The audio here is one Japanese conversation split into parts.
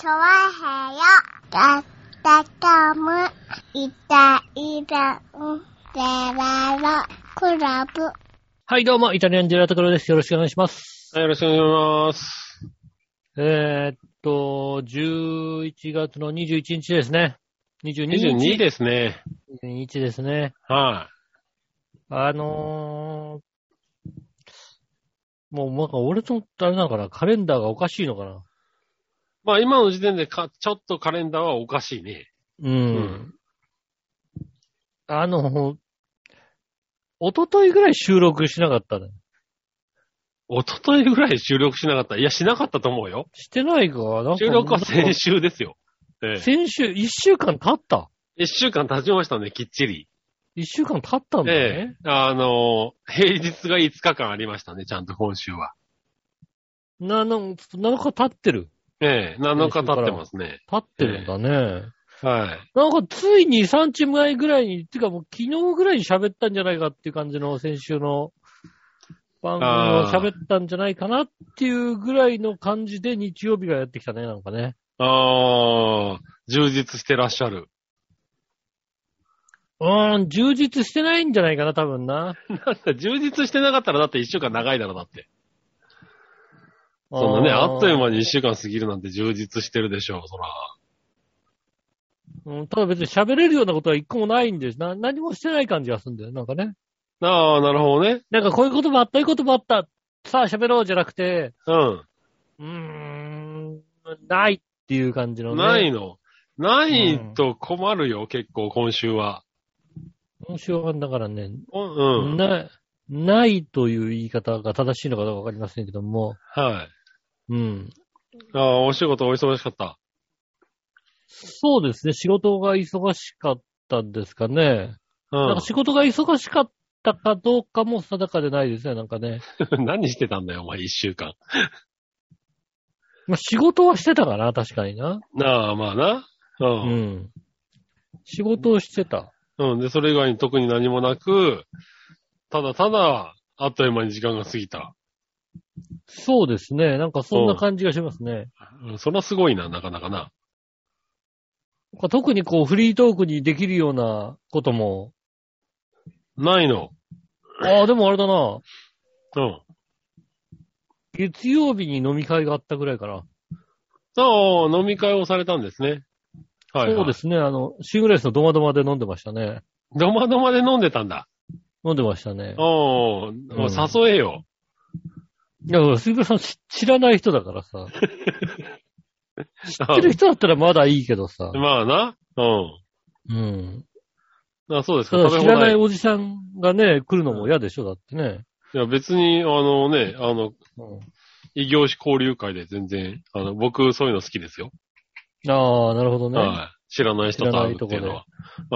チョワヘヨだったかむいたいたんでららクラブ。 はい、どうも、イタリアンジェラートクラブです。よろしくお願いします。 はい、よろしくお願いします。 11月の21日ですね。22日。 22ですね。 22日ですね。 はい、 もうなんか俺とあれなのかな、カレンダーがおかしいのかな。 まあ今の時点でちょっとカレンダーはおかしいね。 一昨日ぐらい収録しなかったね。 一昨日ぐらい収録しなかった。いや、しなかったと思うよ。 してないかなんか収録は先週ですよ。 先週、1週間経った。 1週間経ちましたね、きっちり。 1週間経ったんだね。 平日が5日間ありましたね、ちゃんと今週は。 7日経ってる。 7日経ってますね。 経ってるんだね。 はい。 なんかついに3日前ぐらいに、っていうかもう昨日ぐらいに喋ったんじゃないかっていう感じの先週の番組を喋ったんじゃないかなっていうぐらいの感じで日曜日がやってきたね、なんかね。 充実してらっしゃる。 充実してないんじゃないかな、多分な。 なんだ、充実してなかったらだって1週間長いだろ、だって。そんなね、あっという間に1週間過ぎるなんて充実してるでしょう、そら。 ただ別に喋れるようなことは一個もないんです。何もしてない感じがするんだよ、なんかね。 ああ、なるほどね。 なんかこういうこともあった、いうこともあった。さあ喋ろうじゃなくて、ないっていう感じのね。 ないの。ないと困るよ、結構今週は。 今週はだからね、ないという言い方が正しいのかどうかわかりませんけども。 はい。お仕事お忙しかった。 そうですね。仕事が忙しかったんですかね。なんか仕事が忙しかったかどうかも定かでないですね、なんかね。 何してたんだよ、お前、1週間。 まあ、仕事はしてたかな、確かにな。 まあな。 仕事をしてた。 で、それ以外に特に何もなく、ただただ、あっという間に時間が過ぎた。 そうですね。なんかそんな感じがしますね。 それはすごいな、なかなかな。 特にこう、フリートークにできるようなことも。 ないの。 でもあれだな。月曜日に飲み会があったぐらいかな。 飲み会をされたんですね。はい、 そうですね。シングレースのドマドマで飲んでましたね。 ドマドマで飲んでたんだ。 飲んでましたね。 誘えよ。 いや、杉村さん知らない人だからさ。知ってる人だったらまだいいけどさ。 まあな。そうですか。 知らないおじさんがね、来るのも嫌でしょ、だってね。 いや、別に、異業種交流会で全然、僕、そういうの好きですよ。 なるほどね。 はい。知らない人と会うっていうのは。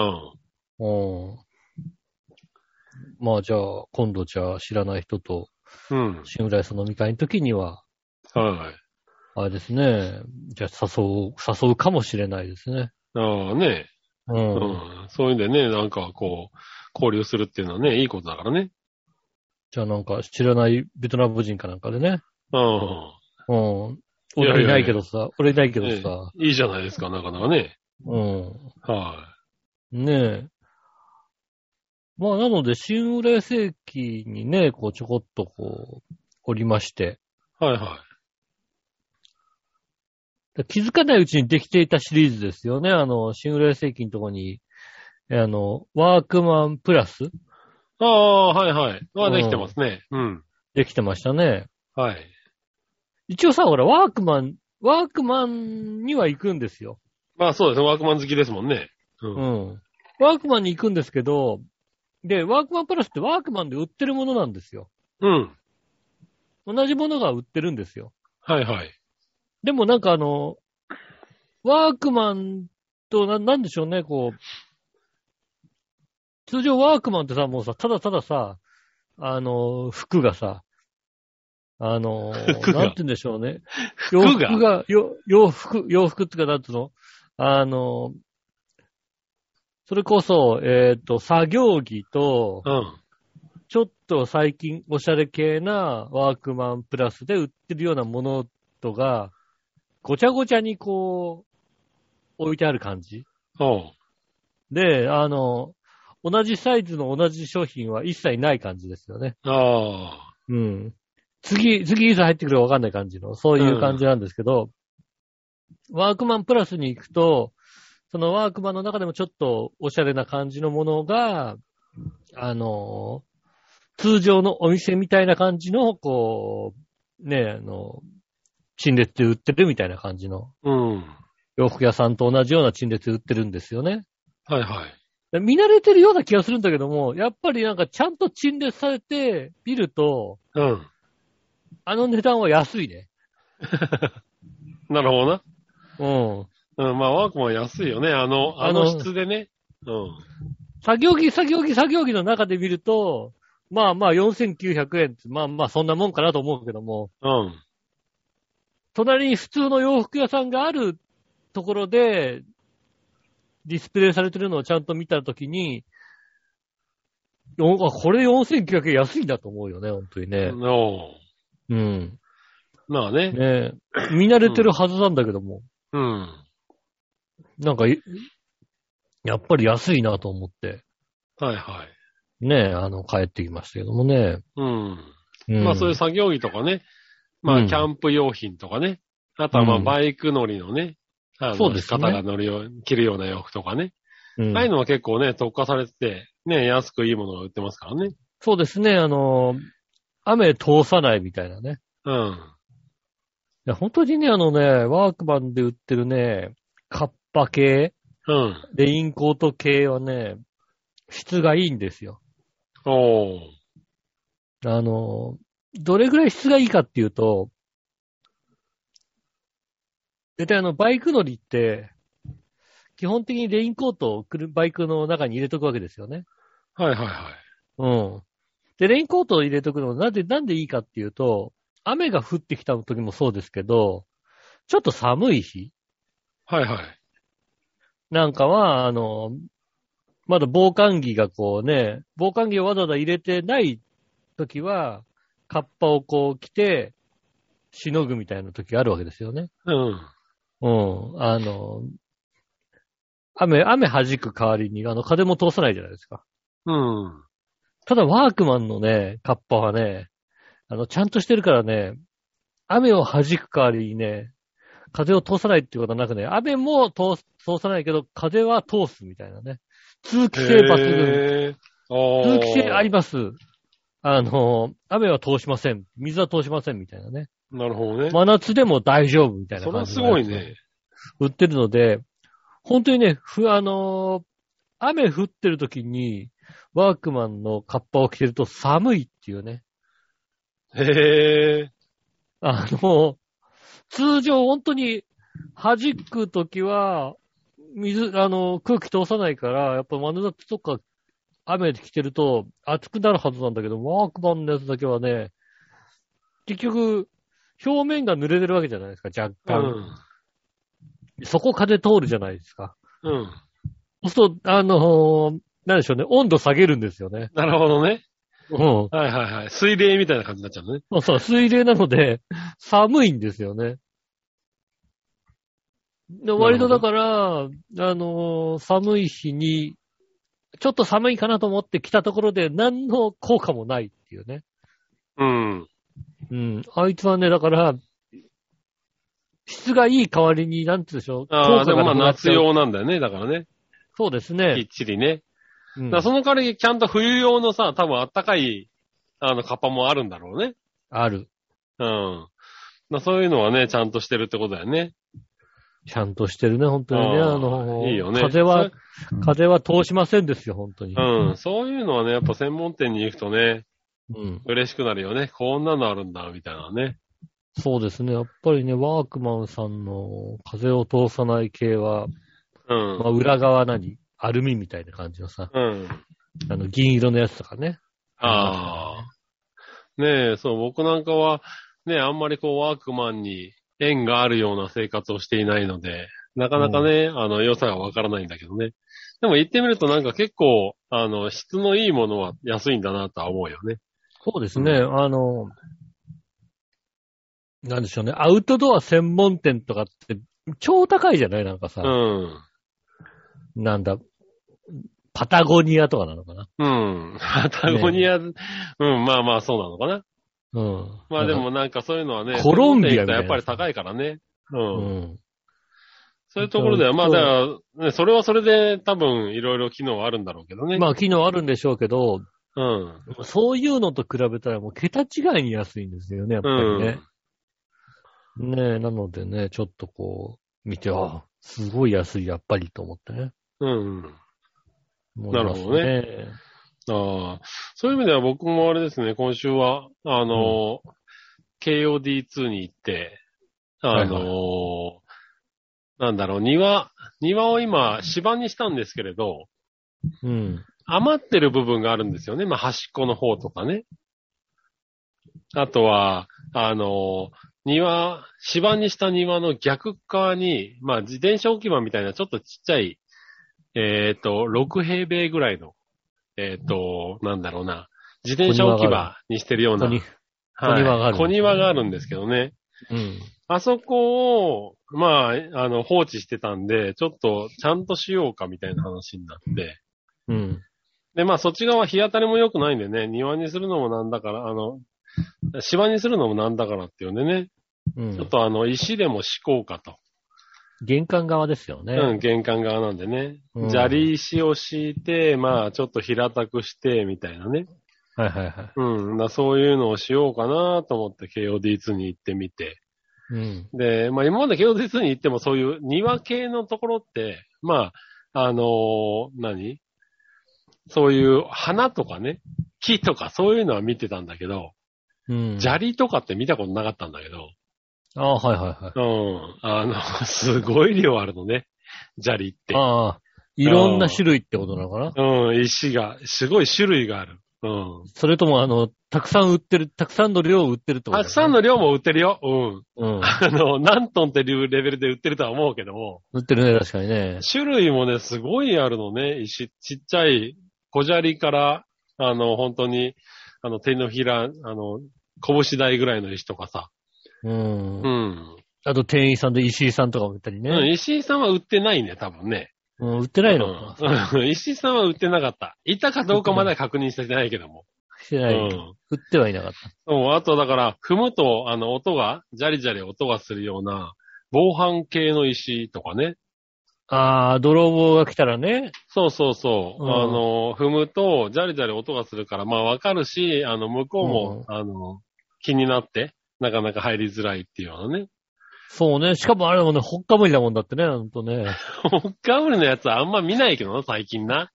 まあじゃあ、今度じゃあ知らない人と、シングライス飲み会の時には、あれですね。じゃあ誘うかもしれないですね。 ね。そういうんでね、なんかこう、交流するっていうのはね、いいことだからね。 じゃあなんか知らないベトナム人かなんかでね。俺いないけどさ。 いいじゃないですか、なかなかね。 ねえ。まあなので、新浦世紀にね、こうちょこっとこう、おりまして。気づかないうちにできていたシリーズですよね。新浦世紀のとこに、ワークマンプラス。 できてますね。 できてましたね。 はい。 一応さ、ほら、ワークマンには行くんですよ。 まあそうですね。ワークマン好きですもんね。 ワークマンに行くんですけど、で、ワークマンプラスってワークマンで売ってるものなんですよ。同じものが売ってるんですよ。でもなんかワークマンとなんでしょうね、こう、通常ワークマンってさ、もうさ、ただたださ、服がさ、なんて言うんでしょうね。洋服ってか、なんつうのそれこそ、作業着と、ちょっと最近おしゃれ系なワークマンプラスで売ってるようなものとが、 ごちゃごちゃにこう、置いてある感じ。で、同じサイズの同じ商品は一切ない感じですよね。うん。次いつ入ってくるかわかんない感じの、そういう感じなんですけど、ワークマンプラスに行くと、そのワークマンの中でもちょっとおしゃれな感じのものが、通常のお店みたいな感じの、こう、ね、陳列で売ってるみたいな感じの、洋服屋さんと同じような陳列で売ってるんですよね。 はいはい。 見慣れてるような気がするんだけども、やっぱりなんかちゃんと陳列されて見ると、あの値段は安いね。 なるほどな。 まあワークマン安いよね。あの質でね。 作業着の中で見ると、まあ4900円って、まあそんなもんかなと思うけども、隣に普通の洋服屋さんがあるところで、ディスプレイされてるのをちゃんと見たときに、これ4900円安いんだと思うよね、本当にね。まあね。ね見慣れてるはずなんだけども。なんか、やっぱり安いなと思って。はいはい。ね帰ってきましたけどもね。まあそういう作業着とかね。まあキャンプ用品とかね。あとはまあバイク乗りのね。そうですね。肩が着るような洋服とかね。ああいうのは結構ね、特化されてて、ね、安くいいものが売ってますからね。そうですね、雨通さないみたいなね。いや本当にね、ワークマンで売ってるね、カッパ系、レインコート系はね、質がいいんですよ。どれぐらい質がいいかっていうと、大体バイク乗りって、基本的にレインコートをバイクの中に入れとくわけですよね。はいはいはい。で、レインコートを入れとくのはなんでいいかっていうと、雨が降ってきた時もそうですけど、ちょっと寒い日。はいはい。なんかは、まだ防寒着がこうね、防寒着をわざわざ入れてない時は、カッパをこう着て、しのぐみたいな時があるわけですよね。雨弾く代わりに、風も通さないじゃないですか。ただ、ワークマンのね、カッパはね、ちゃんとしてるからね、雨を弾く代わりにね、風を通さないっていうことはなくね、雨も通さないけど、風は通すみたいなね。通気性抜群。通気性あります。雨は通しません。水は通しませんみたいなね。なるほどね。真夏でも大丈夫みたいな感じ。それはすごいね。売ってるので、本当にね、雨降ってる時に、ワークマンのカッパを着てると寒いっていうね。へぇ通常本当に弾く時は、空気通さないから、やっぱ真夏とか雨で着てると暑くなるはずなんだけど、ワークマンのやつだけはね、結局、表面が濡れてるわけじゃないですか、若干。そこ風通るじゃないですか。そうすると、なんでしょうね、温度下げるんですよね。なるほどね。はいはいはい。水冷みたいな感じになっちゃうのね。そう、水冷なので、寒いんですよね。で割とだから、寒い日に、ちょっと寒いかなと思って来たところで何の効果もないっていうね。あいつはね、だから、質がいい代わりに、なんて言うんでしょう。でもまあ夏用なんだよね、だからね。そうですね。きっちりね。だからその代わりにちゃんと冬用のさ、多分あったかい、カッパもあるんだろうね。ある。そういうのはね、ちゃんとしてるってことだよね。ちゃんとしてるね、本当にね。いいよね。風は通しませんですよ、本当に。そういうのはね、やっぱ専門店に行くとね、嬉しくなるよね。こんなのあるんだ、みたいなね。そうですね。やっぱりね、ワークマンさんの風を通さない系は、まあ、裏側アルミみたいな感じのさ、銀色のやつとかね。ねえ、そう、僕なんかは、ね、あんまりこう、ワークマンに縁があるような生活をしていないので、なかなかね、良さがわからないんだけどね。でも行ってみるとなんか結構、質のいいものは安いんだなとは思うよね。そうですね。 なんでしょうね。アウトドア専門店とかって超高いじゃないなんかさ。なんだ、パタゴニアとかなのかな。 パタゴニア、まあまあそうなのかな。まあでもなんかそういうのはね、 コロンビアみたいな。 やっぱり高いからね。そういうところでは、まあだから、ね、それはそれで多分いろいろ機能あるんだろうけどね。 まあ機能あるんでしょうけど、そういうのと比べたらもう桁違いに安いんですよね、やっぱりね。ねえ、なのでね、ちょっとこう、見て、すごい安い、やっぱりと思ってね。なるほどね。 そういう意味では僕もあれですね、今週は、KOD2 に行って、なんだろう、庭を今、芝にしたんですけれど、余ってる部分があるんですよね。まあ、端っこの方とかね。あとは、芝にした庭の逆側に、まあ、自転車置き場みたいなちょっとちっちゃい、6平米ぐらいの、なんだろうな、自転車置き場にしてるような、小庭があるんですけどね。あそこを、まあ、放置してたんで、ちょっとちゃんとしようかみたいな話になって、で、まあ、そっち側日当たりも良くないんでね、庭にするのもなんだから、芝にするのもなんだからっていうんでね、ちょっと石でも敷こうかと。 玄関側ですよね。 玄関側なんでね。砂利石を敷いて、まあ、ちょっと平たくして、みたいなね。そういうのをしようかなと思って KOD2 に行ってみて。で、まあ今まで KOD2 に行ってもそういう庭系のところって、まあ、そういう花とかね、木とかそういうのは見てたんだけど、砂利とかって見たことなかったんだけど。すごい量あるのね。砂利って。 いろんな種類ってことなのかな？石が、すごい種類がある。 それともたくさん売ってる、たくさんの量を売ってるってこと、 たくさんの量も売ってるよ。何トンっていうレベルで売ってるとは思うけども。 売ってるね、確かにね。 種類もね、すごいあるのね。石、ちっちゃい小砂利から、本当に、手のひら、拳台ぐらいの石とかさ。 あと店員さんで石井さんとかも売ったりね。 石井さんは売ってないね、多分ね。 売ってないのか。 石井さんは売ってなかった。いたかどうかまだ確認してないけども。 してない。売ってはいなかった。 あとだから、踏むと、音が、ジャリジャリ音がするような、防犯系の石とかね。 泥棒が来たらね。 そう。踏むと、ジャリジャリ音がするから、まあわかるし、向こうも、気になって、なかなか入りづらいっていうようなね。 そうね。しかもあれもね、ほっかむりだもんだってね、ほんとね。 ほっかむりのやつはあんま見ないけどな、最近な。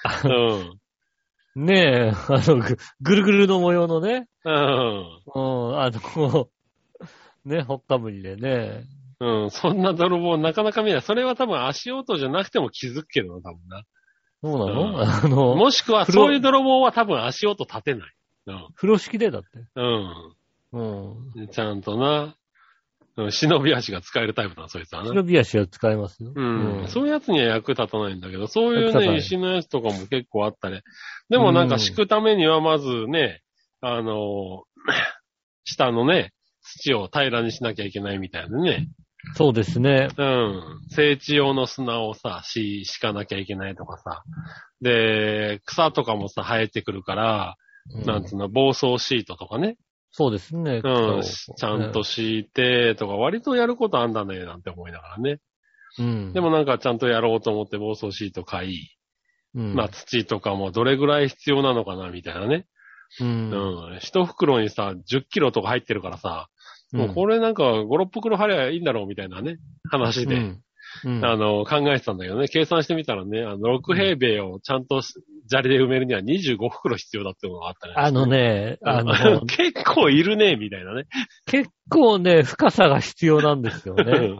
ねえ、ぐるぐるの模様のね。ね、ほっかむりでね。 そんな泥棒なかなか見ない。それは多分足音じゃなくても気づくけどな、多分な。 そうなの？ もしくはそういう泥棒は多分足音立てない。 風呂敷でだって。 ちゃんとな。忍び足が使えるタイプだ、そいつはな。 忍び足は使えますよ。 そういうやつには役立たないんだけど、そういうね、石のやつとかも結構あったね。でもなんか敷くためにはまずね、下のね、土を平らにしなきゃいけないみたいなね。 そうですね。 整地用の砂をさ、敷かなきゃいけないとかさ。で、草とかもさ、生えてくるから、なんつうの、防草シートとかね。 そうですね。 ちゃんと敷いて、とか、割とやることあんだね、なんて思いながらね。でもなんかちゃんとやろうと思って防草シート買い、まあ土とかもどれぐらい必要なのかな、みたいなね。一袋にさ、10キロとか入ってるからさ、もうこれなんか5、6袋貼りゃいいんだろう、みたいなね、話で。考えてたんだけどね、計算してみたらね、6平米をちゃんと砂利で埋めるには25袋必要だっていうのがあったね。結構いるね、みたいなね。 結構ね、深さが必要なんですよね。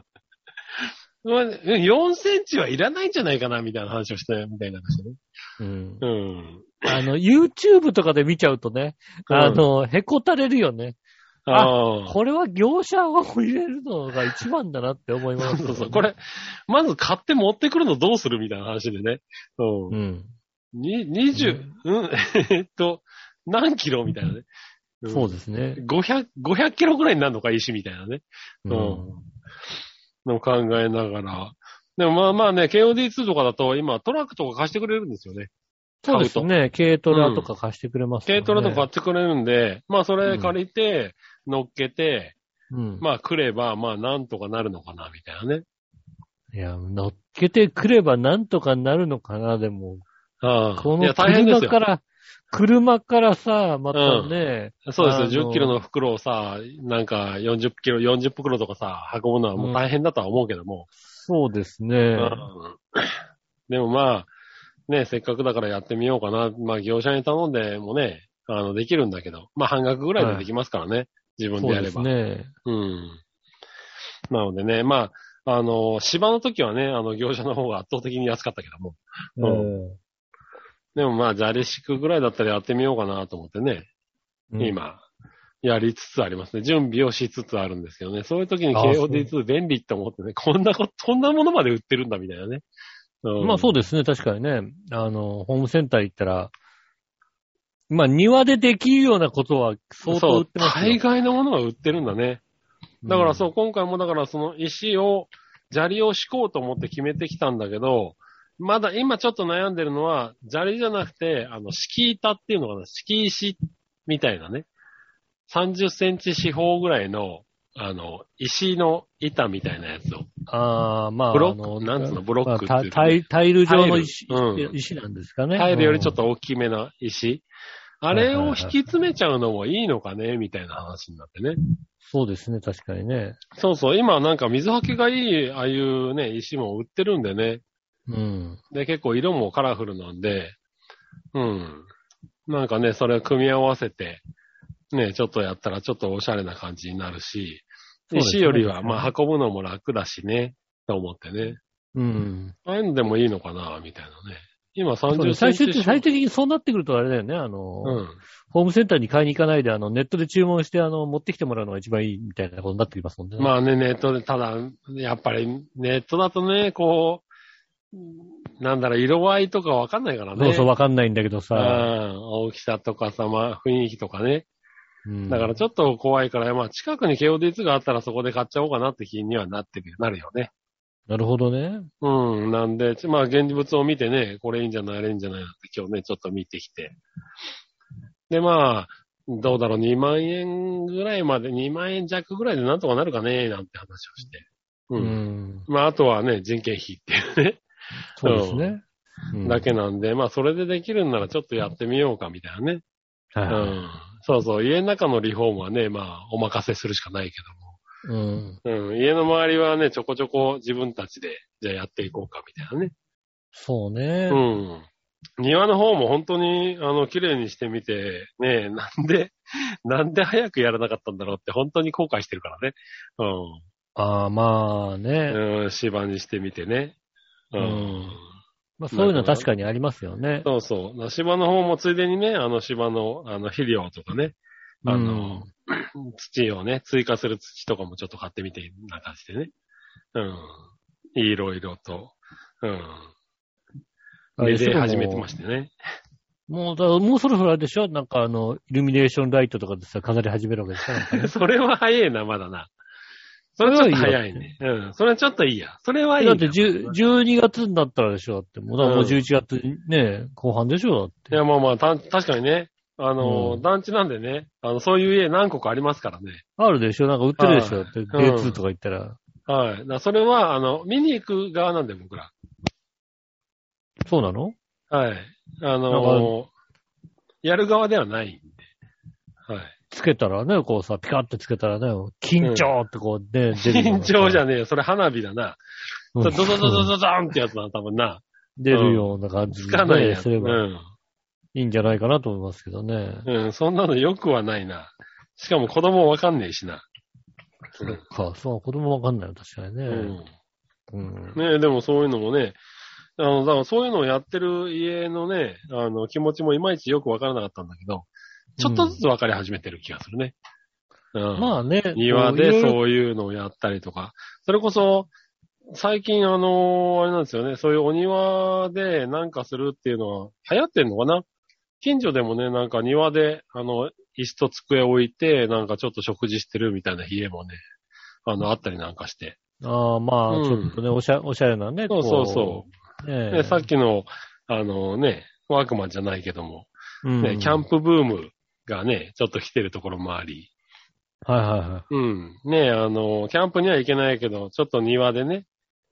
4センチはいらないんじゃないかな、みたいな話をしたみたいな話ね。 YouTube とかで見ちゃうとね、へこたれるよね。これは業者を入れるのが一番だなって思います、ね。 そう。これ、まず買って持ってくるのどうするみたいな話でね。20、何キロみたいなね。 そうですね。 500キロぐらいになるのか、石みたいなね。の考えながら。でもまあね、KOD2 とかだと今トラックとか貸してくれるんですよね。 そうですね。軽トラとか貸してくれますね。 軽トラとか買ってくれるんで、まあそれ借りて、乗っけて、まあ来れば、まあなんとかなるのかな、みたいなね。 いや、乗っけてくればなんとかなるのかな、でも。この車からさ、またね。 そうですよ。10キロの袋をさ、なんか40袋とかさ、運ぶのはもう大変だとは思うけども。 そうですね。 でもまあ、ね、せっかくだからやってみようかな。まあ業者に頼んでもね、できるんだけど、まあ半額ぐらいでできますからね。自分でやれば。 そうですね。 なのでね、まあ、芝の時はね、業者の方が圧倒的に安かったけども。でもまあ、砂利敷くぐらいだったらやってみようかなと思ってね。今、やりつつありますね。準備をしつつあるんですけどね。そういう時に KOD2 便利って思ってね、こんなものまで売ってるんだみたいなね。 まあそうですね、確かにね。ホームセンター行ったら、まあ庭でできるようなことは相当売ってますよ。 大概のものは売ってるんだね。だからそう、今回もだからその砂利を敷こうと思って決めてきたんだけど、まだ今ちょっと悩んでるのは、砂利じゃなくて、敷板っていうのかな、敷石みたいなね。30センチ四方ぐらいの、石の板みたいなやつを。 まあ、 ブロック、なんつうの、ブロックっていうか、 ね、タイル状の石なんですかね。 タイルよりちょっと大きめな石。あれを引き詰めちゃうのもいいのかねみたいな話になってね。 そうですね、確かにね。 そうそう、今なんか水はけがいい、ああいうね、石も売ってるんでね。で、結構色もカラフルなんで、なんかね、それを組み合わせて、ね、ちょっとやったらちょっとおしゃれな感じになるし、石よりはまあ運ぶのも楽だしね、と思ってね。ああいうのでもいいのかな、みたいなね。今30センチ。 最終的にそうなってくるとあれだよね、ホームセンターに買いに行かないで、ネットで注文して、持ってきてもらうのが一番いいみたいなことになってきますもんね。 まあね、ネットで、ただ、やっぱりネットだとね、こう、なんだろう、色合いとかわかんないからね。 そうわかんないんだけどさ。 大きさとかさ、まあ雰囲気とかね。だからちょっと怖いから、まあ近くに KOD2 があったらそこで買っちゃおうかなって気にはなるよね。 なるほどね。 なんで、まあ現物を見てね、これいいんじゃない、あれいいんじゃないって今日ね、ちょっと見てきて。で、まあ、どうだろう、2万円ぐらいまで、2万円弱ぐらいでなんとかなるかね、なんて話をして。まあ、あとはね、人件費っていうね。 そうですね。 だけなんで、まあ、それでできるんならちょっとやってみようか、みたいなね。そうそう、家の中のリフォームはね、まあ、お任せするしかないけども。家の周りはね、ちょこちょこ自分たちで、じゃあやっていこうか、みたいなね。 そうね。 庭の方も本当に、綺麗にしてみて、ね、なんで早くやらなかったんだろうって本当に後悔してるからね。 まあね。 芝にしてみてね。 まあそういうのは確かにありますよね。 そうそう。芝の方もついでにね、芝の、肥料とかね。土をね、追加する土とかもちょっと買ってみて、なんかしてね。いろいろと。出始めてましてね。 もうそろそろあれでしょなんかイルミネーションライトとかでさ、飾り始めるわけでしょなんか、ね、 それは早いな、まだな。それはちょっと早いね。それはちょっといいや。それはいい。 だって12月になったらでしょだって。もう11月ね、後半でしょだって。 いや、まあ確かにね。団地なんでね、そういう家何個かありますからね。 あるでしょなんか売ってるでしょって、Day2 とか行ったら。 はい。それは、見に行く側なんで、僕ら。 そうなの？ はい。やる側ではないんで。はい。 つけたらね、こうさ、ピカってつけたらね、緊張ってこうね、 出る。緊張じゃねえよ。それ花火だな。ドドドドドドドーンってやつだ、多分な。 出るような感じで、 つかないやつ。 すればいいんじゃないかなと思いますけどね。 そんなのよくはないな。しかも子供わかんねえしな。 そう、子供わかんないよ、確かにね。 ねえ、でもそういうのもね、だからそういうのをやってる家のね、気持ちもいまいちよくわからなかったんだけど、ちょっとずつわかり始めてる気がするね。 まあね。 庭でそういうのをやったりとか。それこそ、最近あれなんですよね、そういうお庭でなんかするっていうのは流行ってんのかな？近所でもね、なんか庭で、 椅子と机置いて、なんかちょっと食事してるみたいな家もね、あったりなんかして。 ああ、まあ、ちょっとね、おしゃれなね、 そうそうそう。で、さっきの、ワークマンじゃないけども、ね、キャンプブームがね、ちょっと来てるところもあり。 はいはいはい。 うん。ね、キャンプには行けないけど、ちょっと庭でね、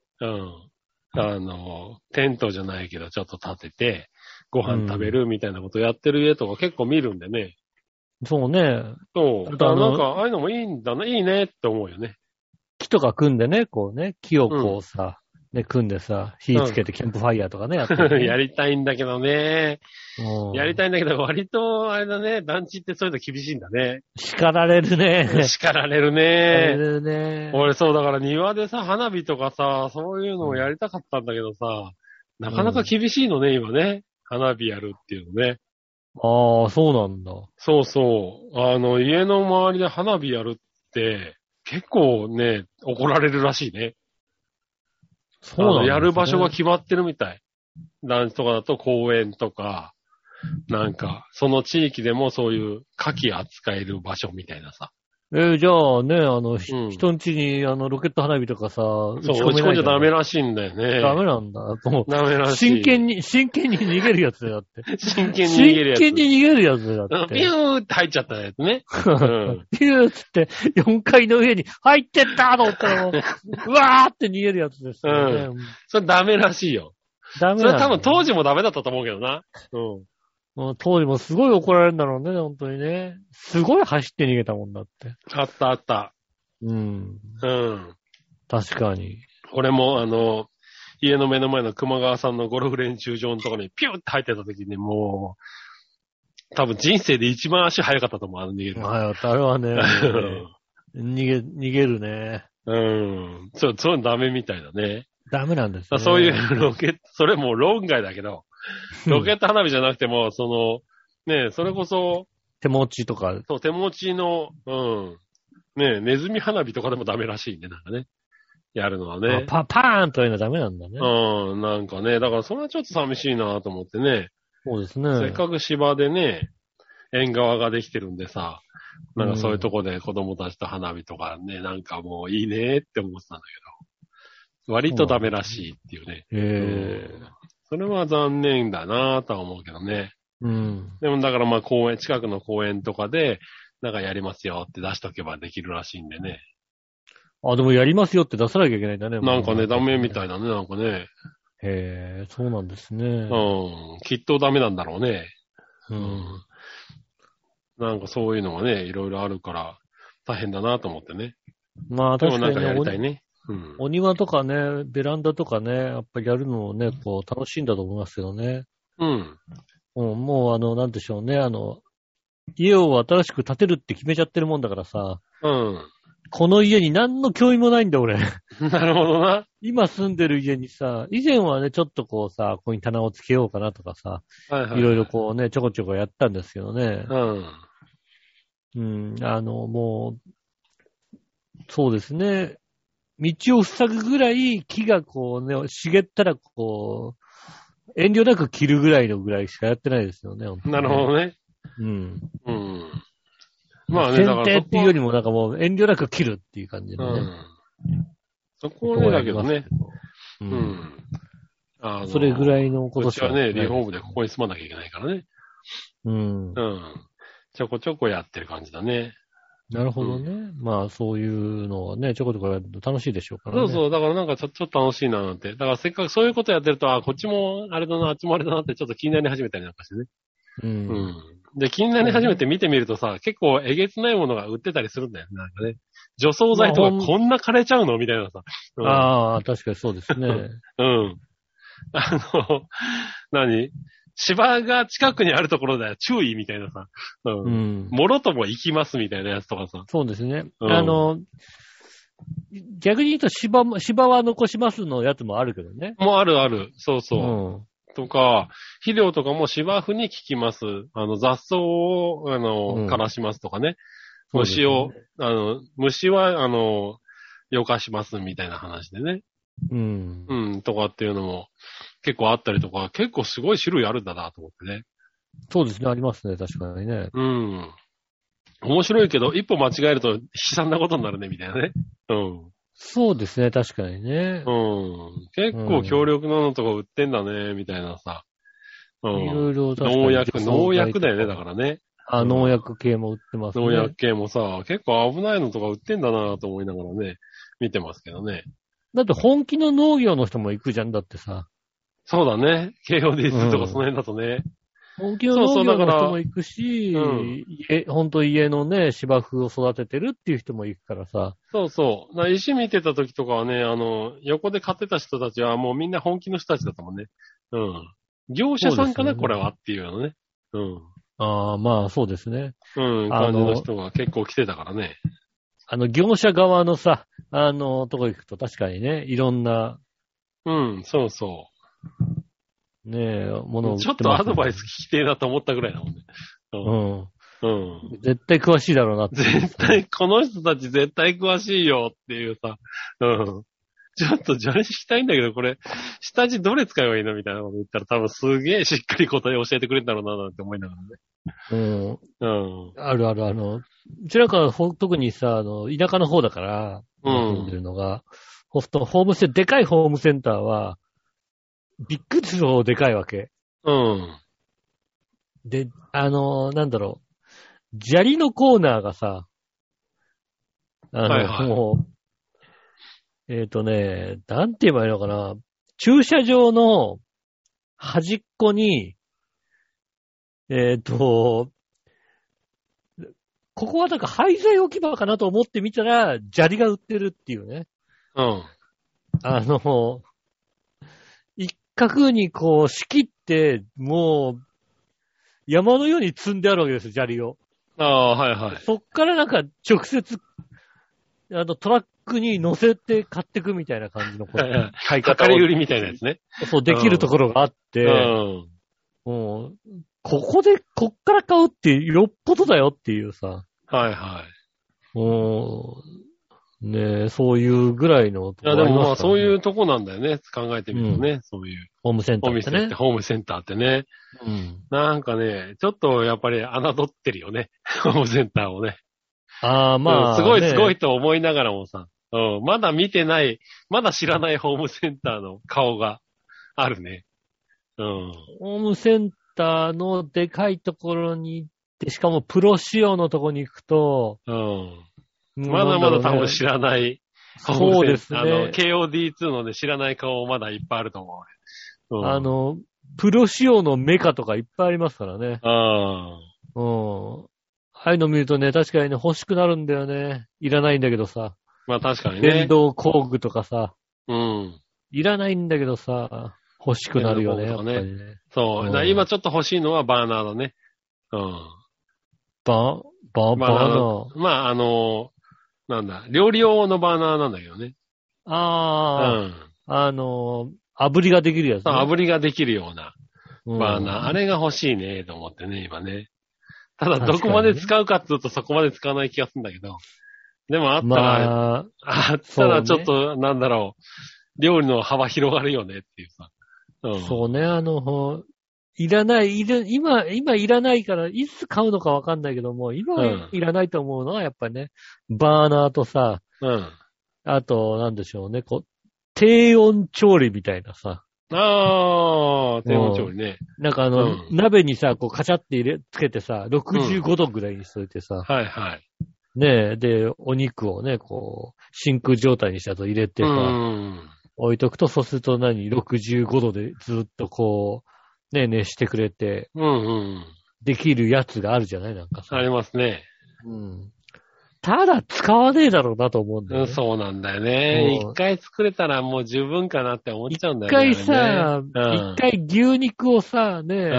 テントじゃないけど、ちょっと立てて、ご飯食べるみたいなことやってる家とか結構見るんでね。 そうね。 そう。だからなんか、ああいうのもいいんだな、いいねって思うよね。 木とか組んでね、こうね、木をこうさ、ね、組んでさ、火つけてキャンプファイヤーとかね、やってる、ね。 やりたいんだけどね。やりたいんだけど、割と、あれだね、団地ってそういうの厳しいんだね。 叱られるね。 叱られるね。 叱られるね。 俺そう、だから庭でさ、花火とかさ、そういうのをやりたかったんだけどさ、なかなか厳しいのね、今ね。花火やるっていうのね。 ああ、そうなんだ。 そうそう。家の周りで花火やるって、結構ね、怒られるらしいね。そうなんだ、ね。やる場所が決まってるみたい。団地とかだと公園とか、なんか、その地域でもそういう火器扱える場所みたいなさ。 じゃあね、人ん家にロケット花火とかさ、 そう、打ち込んじゃダメらしいんだよね。 ダメなんだ。もうダメらしい。 真剣に逃げるやつだよだって。 真剣に逃げるやつ。 真剣に逃げるやつだって。 ピューって入っちゃったやつね。 ピューって4階の上に入ってったと思ったらもう、うわーって逃げるやつですよね。 それダメらしいよ。ダメそれ多分当時もダメだったと思うけどな。 もう当時もすごい怒られるんだろうね、本当にね。すごい走って逃げたもんだって。 あったあった。 確かに。 俺も家の目の前の熊川さんのゴルフ練習場のところにピューって入ってた時にもう、多分人生で一番足早かったと思う、逃げる。 早かった、あれはね。逃げるね。 そういうのダメみたいだね。 ダメなんですね。 そういうそれもう論外だけど、ロケット花火じゃなくても、ね、それこそ、 手持ちとか。 そう、手持ちの、ね、ネズミ花火とかでもダメらしいね、なんかね。やるのはね。 パーンというのはダメなんだね。 なんかね、だからそれはちょっと寂しいなと思ってね。 そうですね。 せっかく芝でね、縁側ができてるんでさ、なんかそういうとこで子供たちと花火とかね、なんかもういいねって思ってたんだけど、割とダメらしいっていうね。それは残念だなぁとは思うけどね。でもだからまあ近くの公園とかで、なんかやりますよって出しとけばできるらしいんでね。 でもやりますよって出さなきゃいけないんだね。 なんかね、ダメみたいだね、なんかね。 そうなんですね。 きっとダメなんだろうね。なんかそういうのがね、いろいろあるから大変だなと思ってね。 まあ確かに。 でもなんかやりたいね。 お庭とかね、ベランダとかね、やっぱりやるのをね、こう楽しいんだと思いますよね。もうなんでしょうね、家を新しく建てるって決めちゃってるもんだからさ。この家に何の興味もないんだ、俺。 なるほどな。 今住んでる家にさ、以前はね、ちょっとこうさ、ここに棚をつけようかなとかさ、いろいろこうね、ちょこちょこやったんですけどね。もう、そうですね。道を塞ぐぐらい木がこうね、茂ったらこう、遠慮なく切るぐらいしかやってないですよね。 なるほどね。 まあね、だから。剪定っていうよりもなんかもう遠慮なく切るっていう感じでね。 そこはね、だけどね。 それぐらいのことしかね。うちはね、リフォームでここに住まなきゃいけないからね。ちょこちょこやってる感じだね。 なるほどね。まあ、そういうのはね、ちょこちょこやると楽しいでしょうからね。 そう。だからなんかちょっと楽しいななんて。だからせっかくそういうことやってると、こっちもあれだな、あっちもあれだなってちょっと気になり始めたりなんかしてね。で、気になり始めて見てみるとさ、結構えげつないものが売ってたりするんだよね。なんかね。除草剤とかこんな枯れちゃうのみたいなさ。 確かにそうですね。 芝が近くにあるところでは注意みたいなさ。もろとも行きますみたいなやつとかさ。 そうですね。逆に言うと芝は残しますのやつもあるけどね。 もうある。そう。とか、肥料とかも芝生に効きます。雑草を、枯らしますとかね。虫は、よかしますみたいな話でね。とかっていうのも結構あったりとか、結構すごい種類あるんだなと思ってね。 そうですね、ありますね、確かにね。 面白いけど、一歩間違えると悲惨なことになるね、みたいなね。うん。 そうですね、確かにね。 うん。結構強力なのとか売ってんだね、みたいなさ。うん。 いろいろ確かに。 農薬だよね、だからね。 農薬系も売ってますね。 農薬系もさ、結構危ないのとか売ってんだなと思いながらね、見てますけどね。 だって本気の農業の人も行くじゃん、だってさ。 そうだね。KOD2 とかその辺だとね。 本気の農業の人も行くし、本当家のね、芝生を育ててるっていう人も行くからさ。 そうそう。石見てた時とかはね、横で買ってた人たちはもうみんな本気の人たちだったもんね。うん。業者さんかな、これはっていうのね。うん。 ああ、まあそうですね。 うん、感じの人が結構来てたからね。 業者側のさ、とこ行くと確かにね、いろんな。 うん、そうそう。 ねえ、ものを、 ちょっとアドバイス聞きてえなと思ったぐらいだもんね。 うん。絶対詳しいだろうなって。 絶対、この人たち絶対詳しいよっていうさ。うん。ちょっと邪魔したいんだけど、これ、下地どれ使えばいいのみたいなこと言ったら多分すげえしっかり答え教えてくれるんだろうななんて思いながらね。 うん。うん。あるある、うちらから特にさ、田舎の方だから、住んでるのが、でかいホームセンターは、びっくりするほどでかいわけ。 うん。 で、なんだろう、砂利のコーナーがさ、もう、なんて言えばいいのかな、駐車場の端っこに、ここはなんか廃材置き場かなと思ってみたら、砂利が売ってるっていうね。 うん。 一角にこう仕切って、もう、山のように積んであるわけですよ、砂利を。 ああ、はいはい。 そっからなんか直接、トラックに乗せて買ってくみたいな感じの買い方。量りみたいなやつね。 そう、できるところがあって、こっから買うってよっぽどだよっていうさ。 はいはい。 ねえ、そういうぐらいのところ、ね。いや、でもまあそういうとこなんだよね。考えてみるとね、そういう。 ホームセンターってね。 ホームセンターってね。 うん。 なんかね、ちょっとやっぱり侮ってるよね。ホームセンターをね。 ああ、まあ、 すごいと思いながらもさ。まだ見てない、まだ知らないホームセンターの顔があるね。 ホームセンターのでかいところに行って、しかもプロ仕様のところに行くと、 まだまだ多分知らない。 そうですね。 KOD2 のね、知らない顔まだいっぱいあると思う。プロ仕様のメカとかいっぱいありますからね。ああいうの見るとね、確かにね、欲しくなるんだよね。いらないんだけどさ。 まあ確かにね。 電動工具とかさ。いらないんだけどさ、欲しくなるよね、やっぱりね。 そう。今ちょっと欲しいのはバーナーだね。 バーナー。 まあ、なんだ、料理用のバーナーなんだけどね。 炙りができるやつ、 ね。炙りができるようなバーナー。あれが欲しいね、と思ってね、今ね。ただ、どこまで使うかって言うとそこまで使わない気がするんだけど。でもあったらちょっと、なんだろう、料理の幅広がるよねっていうさ。 そうね、いらない、今いらないから、いつ買うのかわかんないけども、今はいらないと思うのは、やっぱりね、バーナーとさ、あと、なんでしょうね、低温調理みたいなさ。 低温調理ね。 なんか鍋にさ、カチャってつけてさ、65度ぐらいにしといてさ。 はいはい。 ねえ、で、お肉をね、真空状態にしたと入れてさ、置いとくと、そうすると65度でずっと熱してくれて、できるやつがあるじゃないなんかさ。 ありますね。 ただ使わねえだろうなと思うんだよね。 そうなんだよね。一回作れたらもう十分かなって思っちゃうんだよね。 一回牛肉をさ、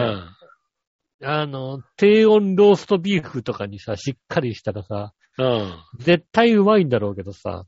低温ローストビーフとかにさ、しっかりしたらさ、絶対うまいんだろうけどさ。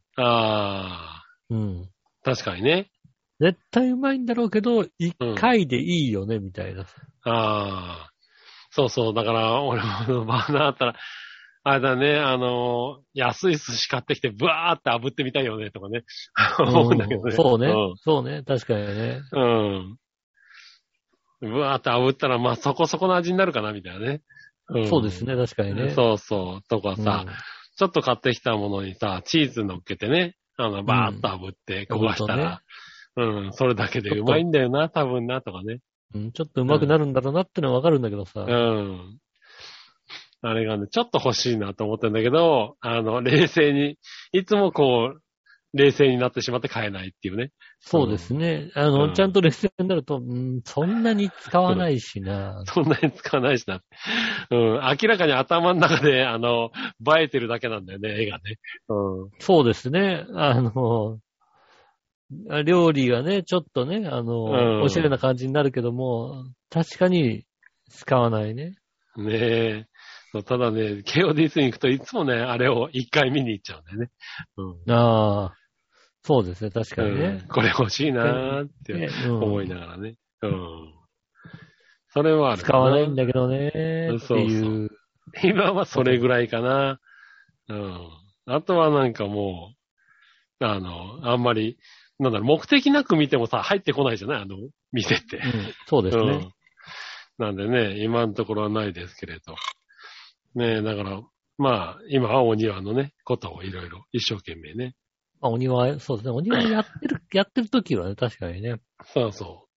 確かにね。 絶対うまいんだろうけど、一回でいいよね、みたいな。 そうそう。だから、俺もバーナーあったら、あれだね、安い寿司買ってきて、ブワーって炙ってみたいよね、とかね。思うんだけどね。 そうね。そうね。確かにね。 ブワーって炙ったら、まあ、そこそこの味になるかな、みたいなね。 そうですね、確かにね。 そうそう。とかさ、ちょっと買ってきたものにさ、チーズ乗っけてね、バーッと炙って焦がしたら、それだけでうまいんだよな、多分な、とかね。 ちょっとうまくなるんだろうなってのはわかるんだけどさ。 あれがね、ちょっと欲しいなと思ってんだけど、冷静に、いつもこう、冷静になってしまって買えないっていうね。 そうですね。ちゃんと冷静になると、そんなに使わないしな。 そんなに使わないしな。明らかに頭の中で、映えてるだけなんだよね、絵がね。 そうですね。料理がね、ちょっとね、おしゃれな感じになるけども、確かに使わないね。 ねえ。ただね、KOD2 に行くといつもね、あれを一回見に行っちゃうんだよね。 ああ。そうですね、確かにね。 これ欲しいなーって思いながらね。それはある。 使わないんだけどねっていう。 今はそれぐらいかな。あとはなんかもう、あんまり、目的なく見てもさ、入ってこないじゃない店って。 そうですね。 なんでね、今のところはないですけれど。ねえ、だから、まあ、今はお庭のね、ことをいろいろ一生懸命ね。 お庭、そうですね。お庭やってる時はね、確かにね。 そうそう。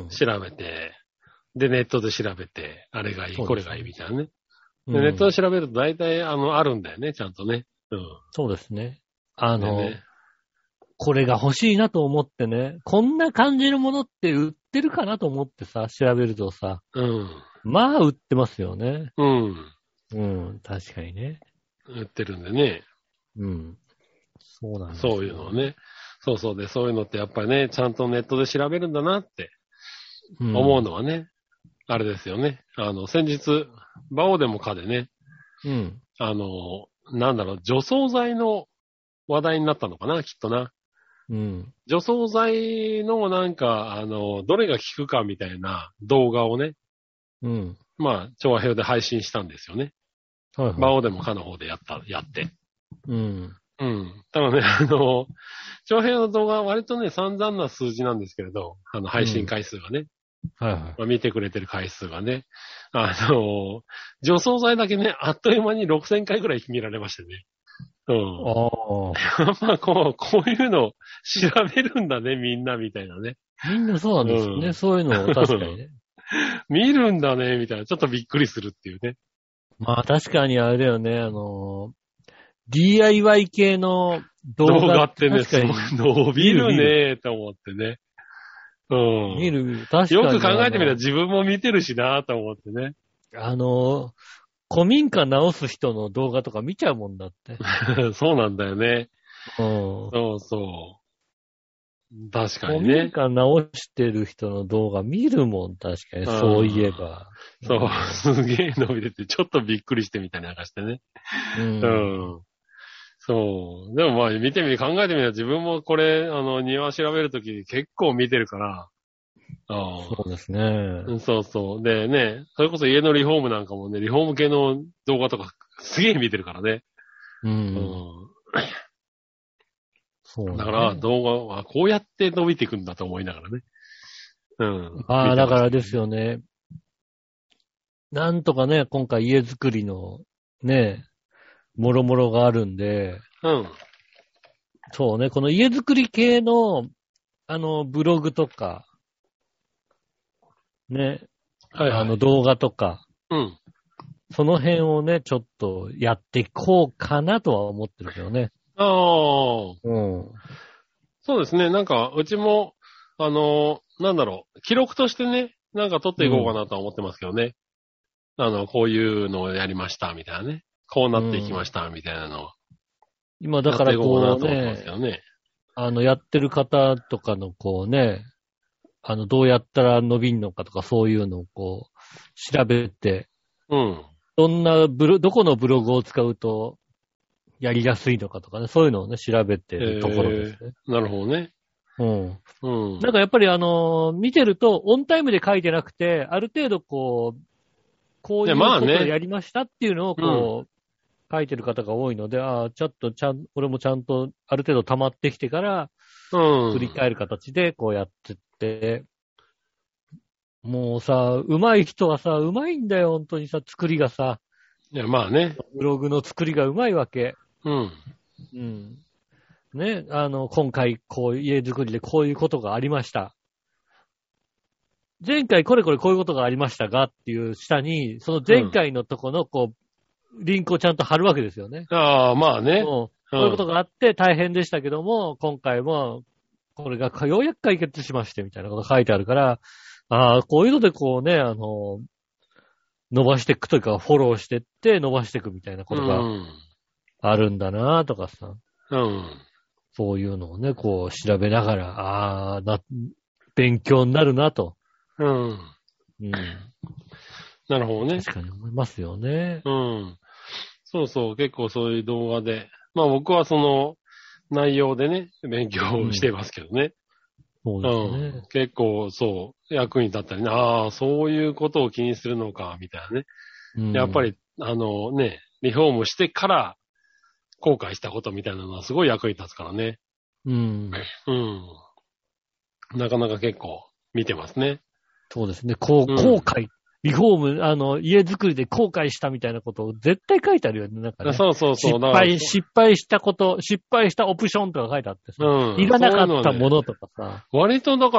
調べて、で、ネットで調べて、あれがいい、これがいいみたいなね。でネットで調べると大体、あるんだよね、ちゃんとね。 そうですね。これが欲しいなと思ってね、こんな感じのものって売ってるかなと思ってさ、調べるとさ、まあ売ってますよね。確かにね。 売ってるんでね。 そうなんですよ。 そういうのをね。そうそうで、そういうのってやっぱりね、ちゃんとネットで調べるんだなって思うのはね、あれですよね。先日、バオでもかでね、除草剤の話題になったのかな、きっとな。除草剤のなんか、どれが効くかみたいな動画をね、まあ、調和表で配信したんですよね。バオでもかの方でやって。ただね、長編の動画は割とね、散々な数字なんですけれど、配信回数がね。見てくれてる回数がね。除草剤だけね、あっという間に6000回ぐらい見られましてね。まあ、こういうの調べるんだね、みんな、みたいなね。 みんなそうなんですよね。そういうのを確かにね。 見るんだね、みたいな。ちょっとびっくりするっていうね。 まあ確かにあれだよね、DIY 系の動画ってね、伸びるね、と思ってね。 見る、確かに。 よく考えてみたら自分も見てるしな、と思ってね。 古民家直す人の動画とか見ちゃうもんだって。 そうなんだよね。そうそう。確かにね。 古民家直してる人の動画見るもん、確かに。そういえば。 そう、すげえ伸びてて、ちょっとびっくりしてみたいな感じでね。そう。でもまあ考えてみたら自分もこれ、庭調べるとき結構見てるから。 そうですね。 そうそう。でね、それこそ家のリフォームなんかもね、リフォーム系の動画とかすげえ見てるからね。そうね。だから動画はこうやって伸びていくんだと思いながらね。 だからですよね。なんとかね、今回家作りのね、もろもろがあるんで、そうね、この家作り系の、ブログとか、ね、動画とか、その辺をね、ちょっとやっていこうかなとは思ってるけどね。 そうですね、なんか、うちも、記録としてね、なんか撮っていこうかなとは思ってますけどね。こういうのをやりました、みたいなね。こうなっていきました、みたいなのを。 今だからこうね、やってる方とかのこうね、どうやったら伸びんのかとかそういうのをこう、調べて、どこのブログを使うと、やりやすいのかとかね、そういうのをね、調べてるところですね。 なるほどね。 なんかやっぱり見てると、オンタイムで書いてなくて、ある程度こういうことをやりましたっていうのをこう、書いてる方が多いので、俺もちゃんとある程度溜まってきてから、振り返る形でこうやってって、 もうさ、上手い人はさ、上手いんだよ、本当にさ、作りがさ。 いや、まあね。 ブログの作りが上手いわけ。 うん。 うん。ね、今回、こう、家作りでこういうことがありました。前回これこれこういうことがありましたがっていう下に、その前回のとこの、こう、リンクをちゃんと貼るわけですよね。 ああ、まあね。 こういうことがあって大変でしたけども、今回も、これがようやく解決しまして、みたいなことが書いてあるから、ああ、こういうのでこうね、伸ばしていくというか、フォローしてって伸ばしていくみたいなことがあるんだなとかさ。 うん。 そういうのをね、こう調べながら、勉強になるなと。 うん。うん。なるほどね。 確かに思いますよね。 うん。そうそう、結構そういう動画で。まあ僕はその内容でね、勉強してますけどね。 そうですね。 結構そう、役に立ったりね、ああ、そういうことを気にするのか、みたいなね。やっぱり、ね、リフォームしてから後悔したことみたいなのはすごい役に立つからね。 うん。 うん。なかなか結構見てますね。 そうですね。後悔。リフォーム、家作りで後悔したみたいなことを絶対書いてあるよね。なんかね。 そうそうそう。 失敗したこと、失敗したオプションとか書いてあってさ。うん。いらなかったものとかさ。 割とだから、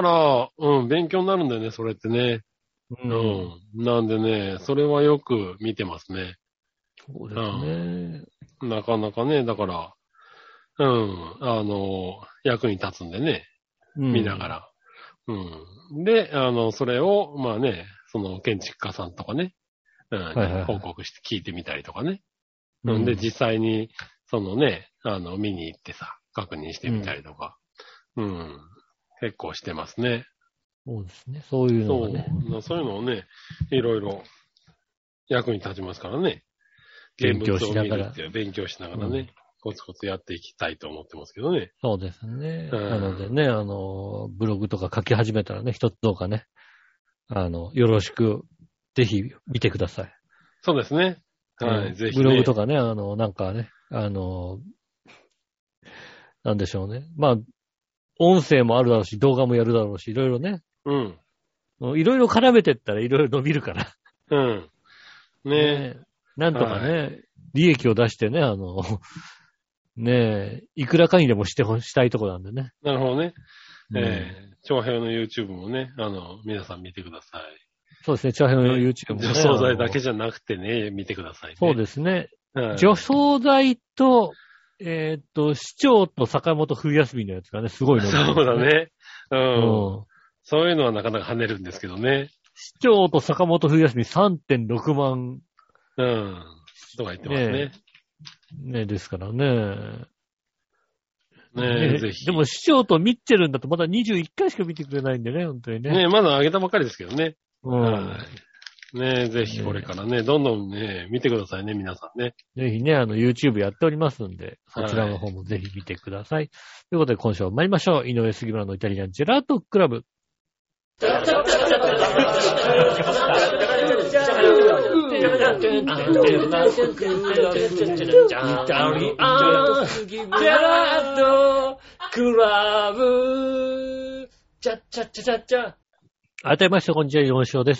勉強になるんだよね、それってね。なんでね、それはよく見てますね。 そうですね。 なかなかね、だから、役に立つんでね。見ながら。で、それを、まあね、その建築家さんとかね、報告して聞いてみたりとかね。で、実際に、そのね、見に行ってさ、確認してみたりとか。結構してますね。 そうですね。そういうのをね。 そういうのをね、いろいろ役に立ちますからね。 勉強しながら。 勉強しながらね。コツコツやっていきたいと思ってますけどね。 そうですね。なのでね、ブログとか書き始めたらね、一つどうかね、よろしく、ぜひ見てください。 そうですね。はい、ぜひ、 ね。ブログとかね、なんかね、なんでしょうね。まあ、音声もあるだろうし、動画もやるだろうし、いろいろね。いろいろ絡めてったらいろいろ伸びるから。 ねえ。 なんとかね、利益を出してね、ねえ、いくらかにでもしたいとこなんでね。 なるほどね。長平の YouTube もね、皆さん見てください。 そうですね、長平の YouTube もね。 除草剤だけじゃなくてね、見てくださいね。 そうですね。除草剤と、市長と坂本冬休みのやつがね、すごいの、ね。 そうだね。そういうのはなかなか跳ねるんですけどね。 市長と坂本冬休み 3.6 万。 とか言ってますね。 ねですからね。 ぜひ。 でも市長とミッチェルンだとまだ21回しか見てくれないんでね、本当にね。 ねまだ上げたばっかりですけどね。ぜひこれからね、どんどんね、見てくださいね、皆さんね。 ぜひね、YouTube やっておりますんで、そちらの方もぜひ見てください。ということで今週は参りましょう。井上杉村のイタリアンジェラートクラブ。改めまして、こんにちは、井上翔です。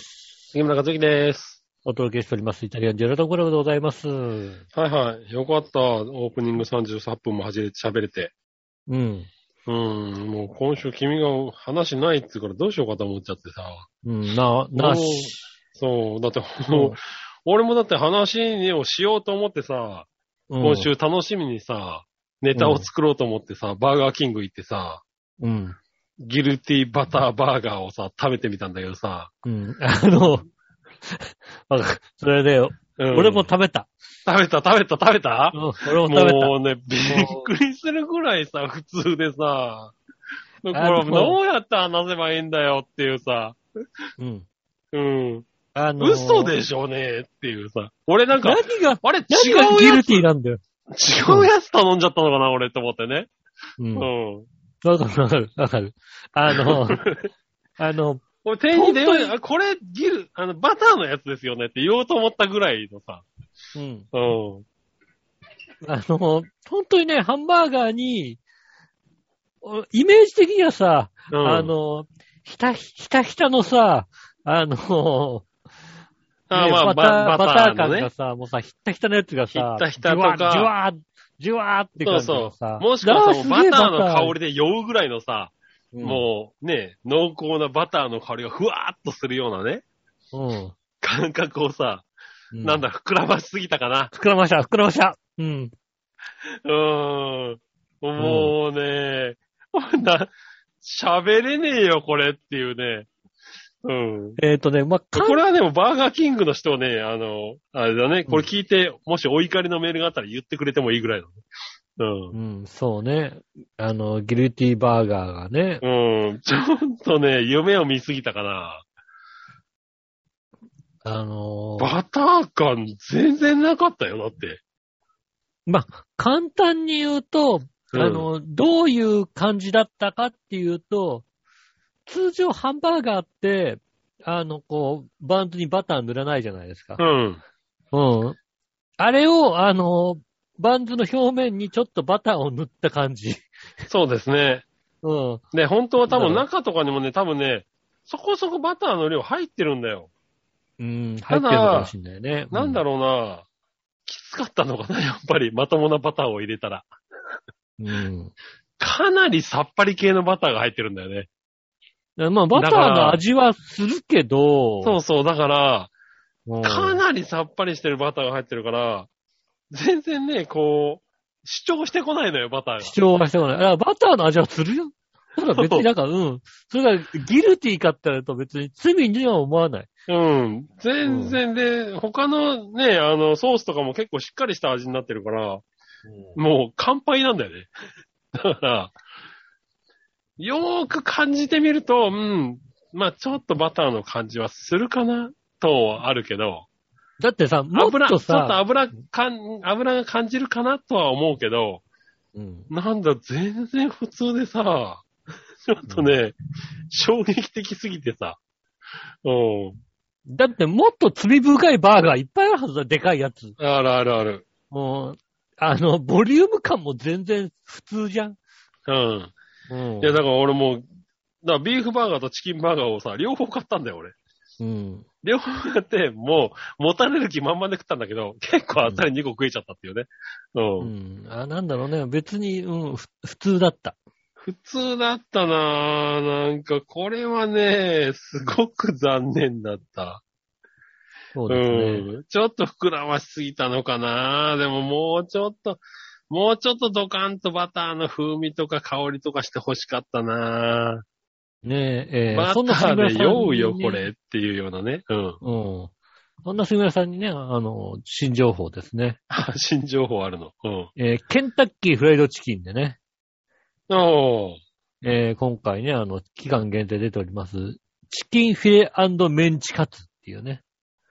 杉村和之です。 お届けしております。イタリアンジェラートクラブでございます。 はいはい。よかった。オープニング33分も喋れて。もう今週君が話ないって言うからどうしようかと思っちゃってさ。 なし。 そう、だって俺もだって話をしようと思ってさ、今週楽しみにさ、ネタを作ろうと思ってさ、バーガーキング行ってさ、ギルティバターバーガーをさ、食べてみたんだけどさ。 それで、俺も食べた。 食べた俺も食べた。 もうね、びっくりするぐらいさ、普通でさ、これどうやって話せばいいんだよっていうさ、嘘でしょねっていうさ、俺なんか、あれ違うギルティなんだよ。 違うやつ頼んじゃったのかな、俺って思ってね。 わかる。 俺店員に電話で、これバターのやつですよねって言おうと思ったぐらいのさ。 本当にね、ハンバーガーに、イメージ的にはさ、ひたひたのさ、 あ、 まバあ、 ター感ねがさ、もうさ、ひったひたのやつがさ、 ひったひたとか、 じゅわーって感じがさ、 そう。もしくはさ、バターの香りで酔うぐらいのさ、もうね、濃厚なバターの香りがふわーっとするようなね、感覚をさ、なんだ、膨らましすぎたかな。 膨らました。 もうね、喋れねえよ、これっていうね。これはでもバーガーキングの人をね、あれだね、これ聞いて、もしお怒りのメールがあったら言ってくれてもいいぐらいの。 そうね。ギルティーバーガーがね。 ちょっとね、夢を見すぎたかな。バター感全然なかったよ、だって。 まあ、簡単に言うと、どういう感じだったかっていうと、通常ハンバーガーって、バンズにバター塗らないじゃないですか。あれを、バンズの表面にちょっとバターを塗った感じ。 そうですね。で、本当は多分中とかにもね、多分ね、そこそこバターの量入ってるんだよ。 入ってるのかもしれないね。 なんだろうな。きつかったのかな、やっぱり。まともなバターを入れたら。かなりさっぱり系のバターが入ってるんだよね。 まあ、バターの味はするけど。 そう、だから、かなりさっぱりしてるバターが入ってるから、全然ね、こう、主張してこないのよ、バターが。 主張はしてこない。バターの味はするよ。ただ別にそれがギルティーかってやると別に罪には思わない。 全然で、他のね、ソースとかも結構しっかりした味になってるから、もう乾杯なんだよね。だから、よーく感じてみると、まあちょっとバターの感じはするかな、とあるけど。 だってさ、もっとさ、 ちょっと油が感じるかなとは思うけど、なんだ、全然普通でさ、ちょっとね、衝撃的すぎてさ、 だってもっと罪深いバーガーいっぱいあるはずだ、でかいやつ。 ある。 もう、ボリューム感も全然普通じゃん。 いや、だから俺もビーフバーガーとチキンバーガーをさ、両方買ったんだよ、俺。両方買って、もう、持たれる気満々で食ったんだけど、結構あっさり2個食えちゃったっていうね。 なんだろうね、別に、普通だった。 普通だったなぁ。なんか、これはね、すごく残念だった。 そうですね。 ちょっと膨らましすぎたのかな。でももうちょっとドカンとバターの風味とか香りとかして欲しかったな。 ねえ、 バターで酔うよ、これっていうようなね。 そんな杉村さんにね、新情報ですね。 新情報あるの。 ケンタッキーフライドチキンでね。今回ね、期間限定出ております、チキンフィレ&メンチカツっていうね。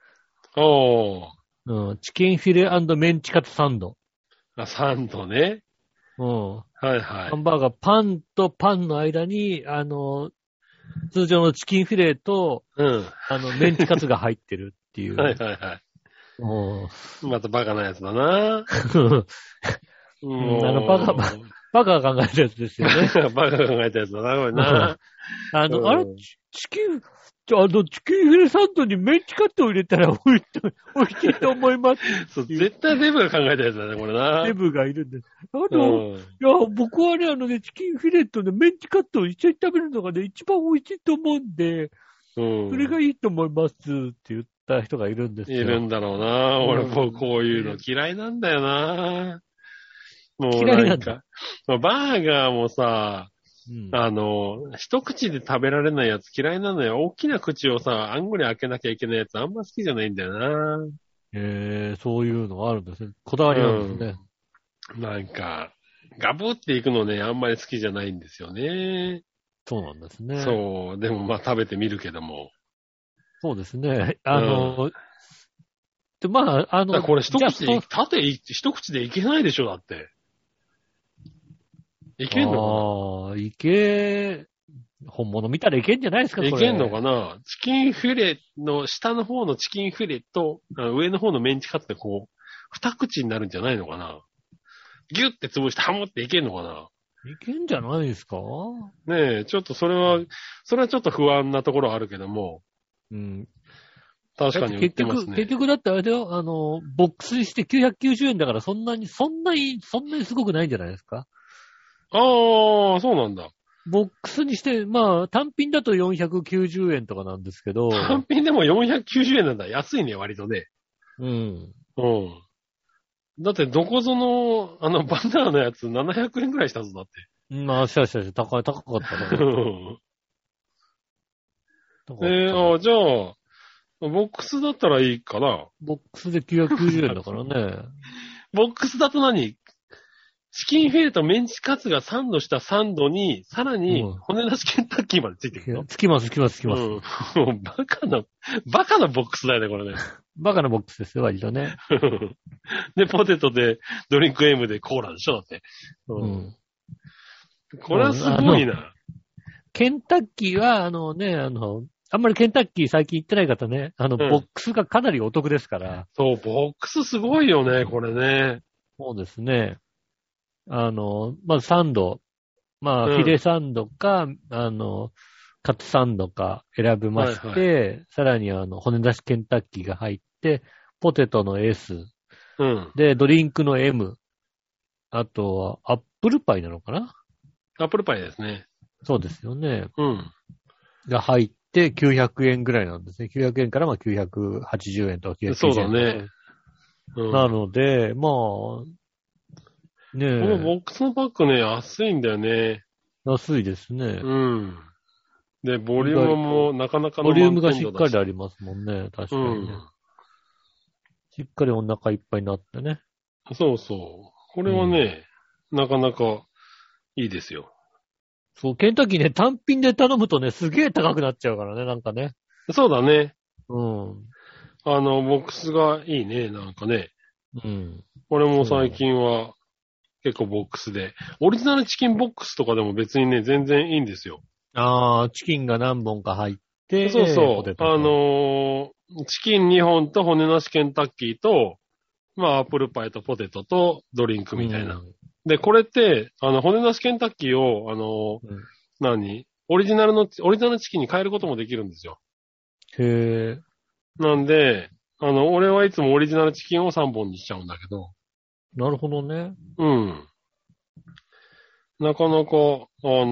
チキンフィレ&メンチカツサンド。 サンドね。 ハンバーガー、パンとパンの間に、通常のチキンフィレと、メンチカツが入ってるっていう。 またバカなやつだな。 バカが考えたやつですよね。 バカが考えたやつだな、これな。 チキンフィレサンドにメンチカツを入れたら美味しいと思います。 そう、絶対デブが考えたやつだね、これな。 デブがいるんです。僕はね、チキンフィレとね、メンチカツを一緒に食べるのがね、一番美味しいと思うんで、それがいいと思いますって言った人がいるんですよ。 いるんだろうな。俺もうこういうの嫌いなんだよな。もう嫌いなんだ。 バーガーもさ、一口で食べられないやつ嫌いなのよ。大きな口をさ、あんぐり開けなきゃいけないやつあんま好きじゃないんだよな。 そういうのがあるんですね。こだわりなんですね。 なんか、ガブっていくのね、あんまり好きじゃないんですよね。 そうなんですね。 そう。でもまあ食べてみるけども。 そうですね。まあ、 これ一口でいけないでしょ、だって。いけんのかな？ 本物見たらいけんじゃないですか、これ。 いけんのかな？チキンフィレの下の方のチキンフィレと上の方のメンチカツでこう、二口になるんじゃないのかな？ギュッて潰してハモっていけんのかな？ いけんじゃないですか？ ねえ、ちょっとそれはちょっと不安なところあるけども。 うん。 確かに売ってますね。 結局だってあれだよ、ボックスにして990円だからそんなにすごくないんじゃないですか？ ああ、そうなんだ。 ボックスにして、まあ、単品だと490円とかなんですけど。 単品でも490円なんだ。安いね、割とね。 うん。 うん。だって、どこぞの、バナナのやつ700円くらいしたぞ、だって。 まあ、高かった。 じゃあ、ボックスだったらいいかな。 ボックスで990円だからね。 ボックスだと何？チキンフィレとメンチカツがサンドしたサンドに、さらに骨なしケンタッキーまでついてくるの？ つきます。うん。もうバカなボックスだよね、これね。 バカなボックスですよ、割とね。 で、ポテトで、ドリンク M でコーラでしょ、だって。 うん。 これはすごいな。 ケンタッキーは、あんまりケンタッキー最近行ってない方ね、ボックスがかなりお得ですから。 そう、ボックスすごいよね、これね。 そうですね。まずサンド。まあ、フィレサンドか、カツサンドか選びまして、はいはい、さらに骨出しケンタッキーが入って、ポテトの S。 うん。 で、ドリンクの M。あとは、アップルパイなのかな？ アップルパイですね。 そうですよね。 うん。 が入って900円ぐらいなんですね。900円からまあ980円とか990円。 そうだね。 うん、なので、まあ、ねえ。 このボックスのパックね、安いんだよね。 安いですね。 うん。で、ボリュームもなかなかのボリュームがしっかりありますもんね。確かにね。うん、しっかりお腹いっぱいになってね。 そうそう。これはね、なかなかいいですよ。 そう、ケンタッキーね、単品で頼むとね、すげえ高くなっちゃうからね、なんかね。 そうだね。 うん。 ボックスがいいね、なんかね。 うん。 これも最近は結構ボックスで。オリジナルチキンボックスとかでも別にね、全然いいんですよ。 ああ、チキンが何本か入って。 そうそう。チキン2本と骨なしケンタッキーと、まあ、アップルパイとポテトとドリンクみたいな。で、これって、骨なしケンタッキーを、オリジナルチキンに変えることもできるんですよ。 へー。なんで、俺はいつもオリジナルチキンを3本にしちゃうんだけど。 なるほどね。 うん。なかなか、こ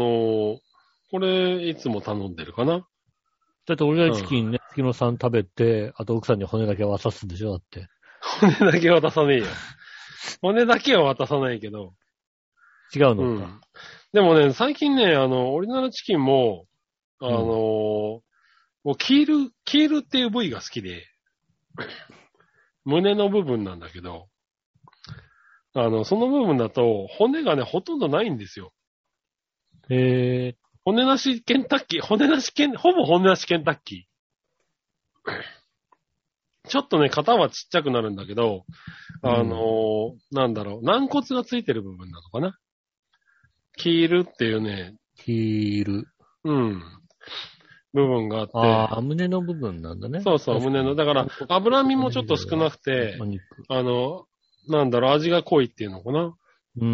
れ、いつも頼んでるかな。 だってオリジナルチキンね、月野さん食べて、あと奥さんに骨だけ渡すんでしょ、だって。 骨だけ渡さねえよ。骨だけは渡さないけど。 違うのか。うん。 でもね、最近ね、オリジナルチキンも、もうキールっていう部位が好きで、胸の部分なんだけど、その部分だと、骨がね、ほとんどないんですよ。 へー。 骨なしケンタッキー、ほぼ骨なしケンタッキー。ちょっとね、型はちっちゃくなるんだけど、なんだろう、軟骨がついてる部分なのかな。キールっていうね。 キール。 うん。部分があって。 ああ、胸の部分なんだね。 そうそう、胸の。だから、脂身もちょっと少なくて、なんだろう、味が濃いっていうのかな。 うん。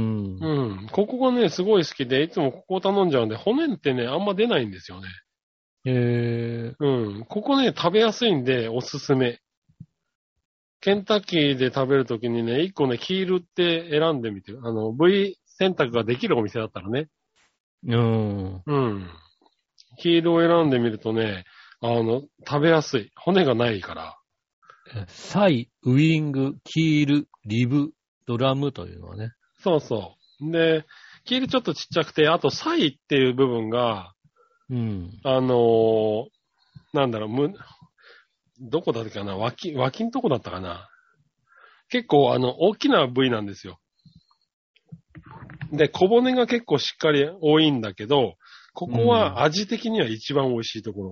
うん。ここがね、すごい好きで、いつもここを頼んじゃうんで、骨ってね、あんま出ないんですよね。 へー。 うん。ここね、食べやすいんで、おすすめ。ケンタッキーで食べるときにね、一個ね、キールって選んでみて、部位選択ができるお店だったらね。 うん。 キールを選んでみるとね、食べやすい。骨がないから。 サイ、ウィング、キール、リブ、ドラムというのはね。 そうそう。で、キールちょっとちっちゃくて、あとサイっていう部分が、 うん。 なんだろう、どこだったかな？脇んとこだったかな？結構大きな部位なんですよ。で、小骨が結構しっかり多いんだけど、ここは味的には一番美味しいところ。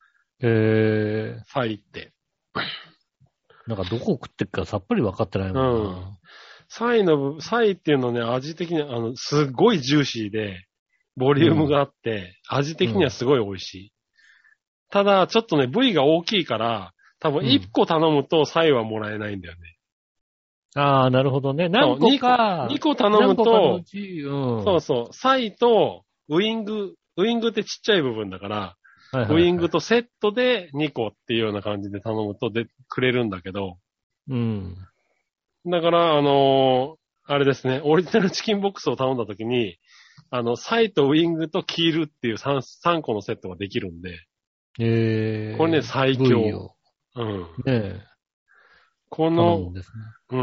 サイって。 なんかどこ食ってっかさっぱり分かってないもんな。 サイっていうのね、味的にすっごいジューシーで、ボリュームがあって、味的にはすごい美味しい。ただ、ちょっとね、部位が大きいから、多分1個頼むとサイはもらえないんだよね。 ああ、なるほどね。何個か。 2個頼むと、そうそう、サイとウィングってちっちゃい部分だから、 ウイングとセットで2個っていうような感じで頼むとくれるんだけど。 うん。 だから、あれですね、オリジナルチキンボックスを頼んだときに、サイとウイングとキールっていう3個のセットができるんで。これね、最強。うん。 ねえ。 この、ですね、うん。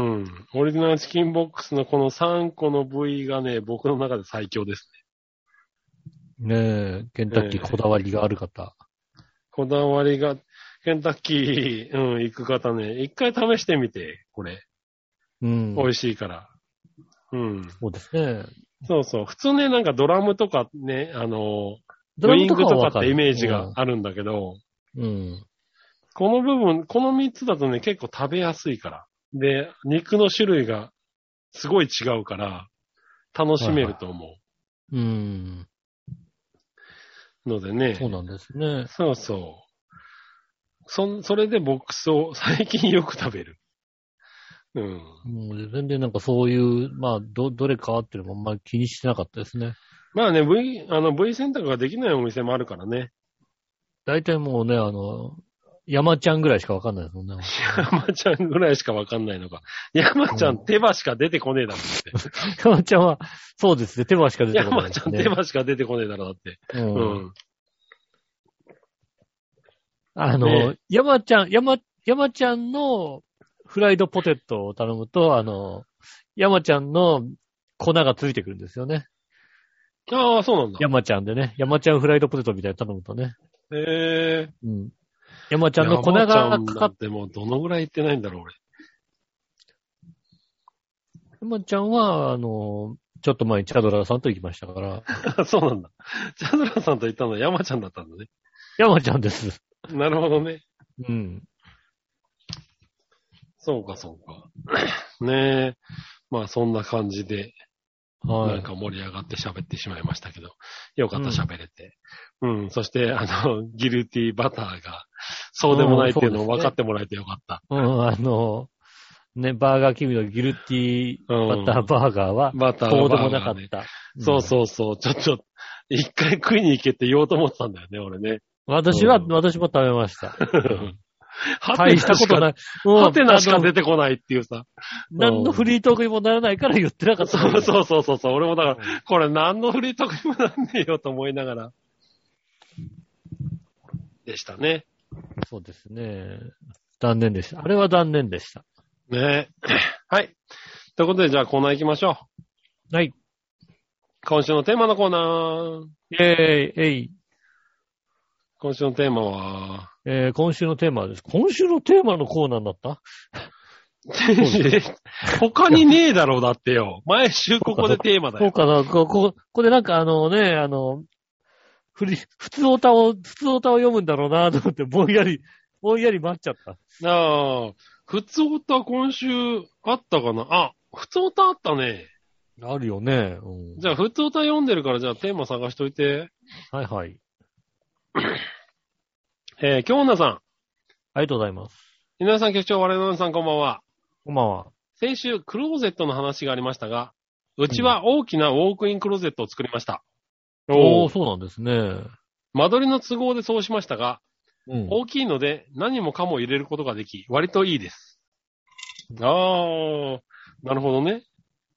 オリジナルチキンボックスのこの3個の部位がね、僕の中で最強ですね。ねえ、ケンタッキーこだわりがある方。 こだわりが、ケンタッキー、行く方ね、一回試してみて、これ。 うん。 美味しいから。うん。 そうですね。 そうそう。普通ね、なんかドラムとかね、ウイングとかってイメージがあるんだけど、 うん。 この部分、この3つだとね、結構食べやすいから。で、肉の種類がすごい違うから、楽しめると思う。 うん。 のでね。 そうなんですね。 そうそう。それでボックスを最近よく食べる。うん。 もう全然なんかそういう、まあ、どれかっていうのもあんまり気にしてなかったですね。 まあね、V 選択ができないお店もあるからね。 大体もうね、山ちゃんぐらいしかわかんないですもんね。 山ちゃんぐらいしかわかんないのか。山ちゃん手羽しか出てこねえだろって。 山ちゃんは、そうですね、手羽しか出てこない、 山ちゃん手羽しか出てこねえだろだって。うん。 ね、山ちゃんのフライドポテトを頼むと、山ちゃんの粉がついてくるんですよね。 ああ、そうなんだ。 山ちゃんでね。山ちゃんフライドポテトみたいに頼むとね。 へえ。 うん。山ちゃんの粉がかかって。 もうどのぐらい行ってないんだろう、俺。 山ちゃんは、ちょっと前にチャドラーさんと行きましたから。 そうなんだ。チャドラーさんと行ったのは山ちゃんだったんだね。 山ちゃんです。 なるほどね。 うん。 そうか、そうか。ねえ。まあ、そんな感じで、はい、なんか盛り上がって喋ってしまいましたけど、よかった喋れて。うん。そして、ギルティバターが、そうでもないっていうのを分かってもらえてよかった。 うん、ね、バーガーキングのギルティバターバーガーは、そうでもなかった。 そうそうそう。ちょっと、一回食いに行けって言おうと思ってたんだよね、俺ね。 私も食べました。 大したことない。ハテナしか出てこないっていうさ。 何のフリートークにもならないから言ってなかった。 そう。俺もだから、これ何のフリートークにもなんねえよと思いながら。でしたね。 そうですね。残念でした。あれは残念でした。 ねえ。はい。ということで、じゃあコーナー行きましょう。はい。 今週のテーマのコーナー。今週のテーマは、 今週のテーマです。今週のテーマのコーナーになった他にねえだろうだってよ。毎週ここでテーマだよ。 そうかな。ここでなんか普通歌を読むんだろうなと思ってぼんやり待っちゃった。 ああ、普通歌今週あったかな。あ、普通歌あったね。 あるよね。 うん、じゃあ普通歌読んでるからじゃあテーマ探しといて。 はいはい。 京女さん。ありがとうございます。 皆さん局長、我々さんこんばんは。 こんばんは。 先週、クローゼットの話がありましたが、うちは大きなウォークインクローゼットを作りました。 おー、そうなんですね。 間取りの都合でそうしましたが、大きいので何もかも入れることができ、割といいです。あー、なるほどね。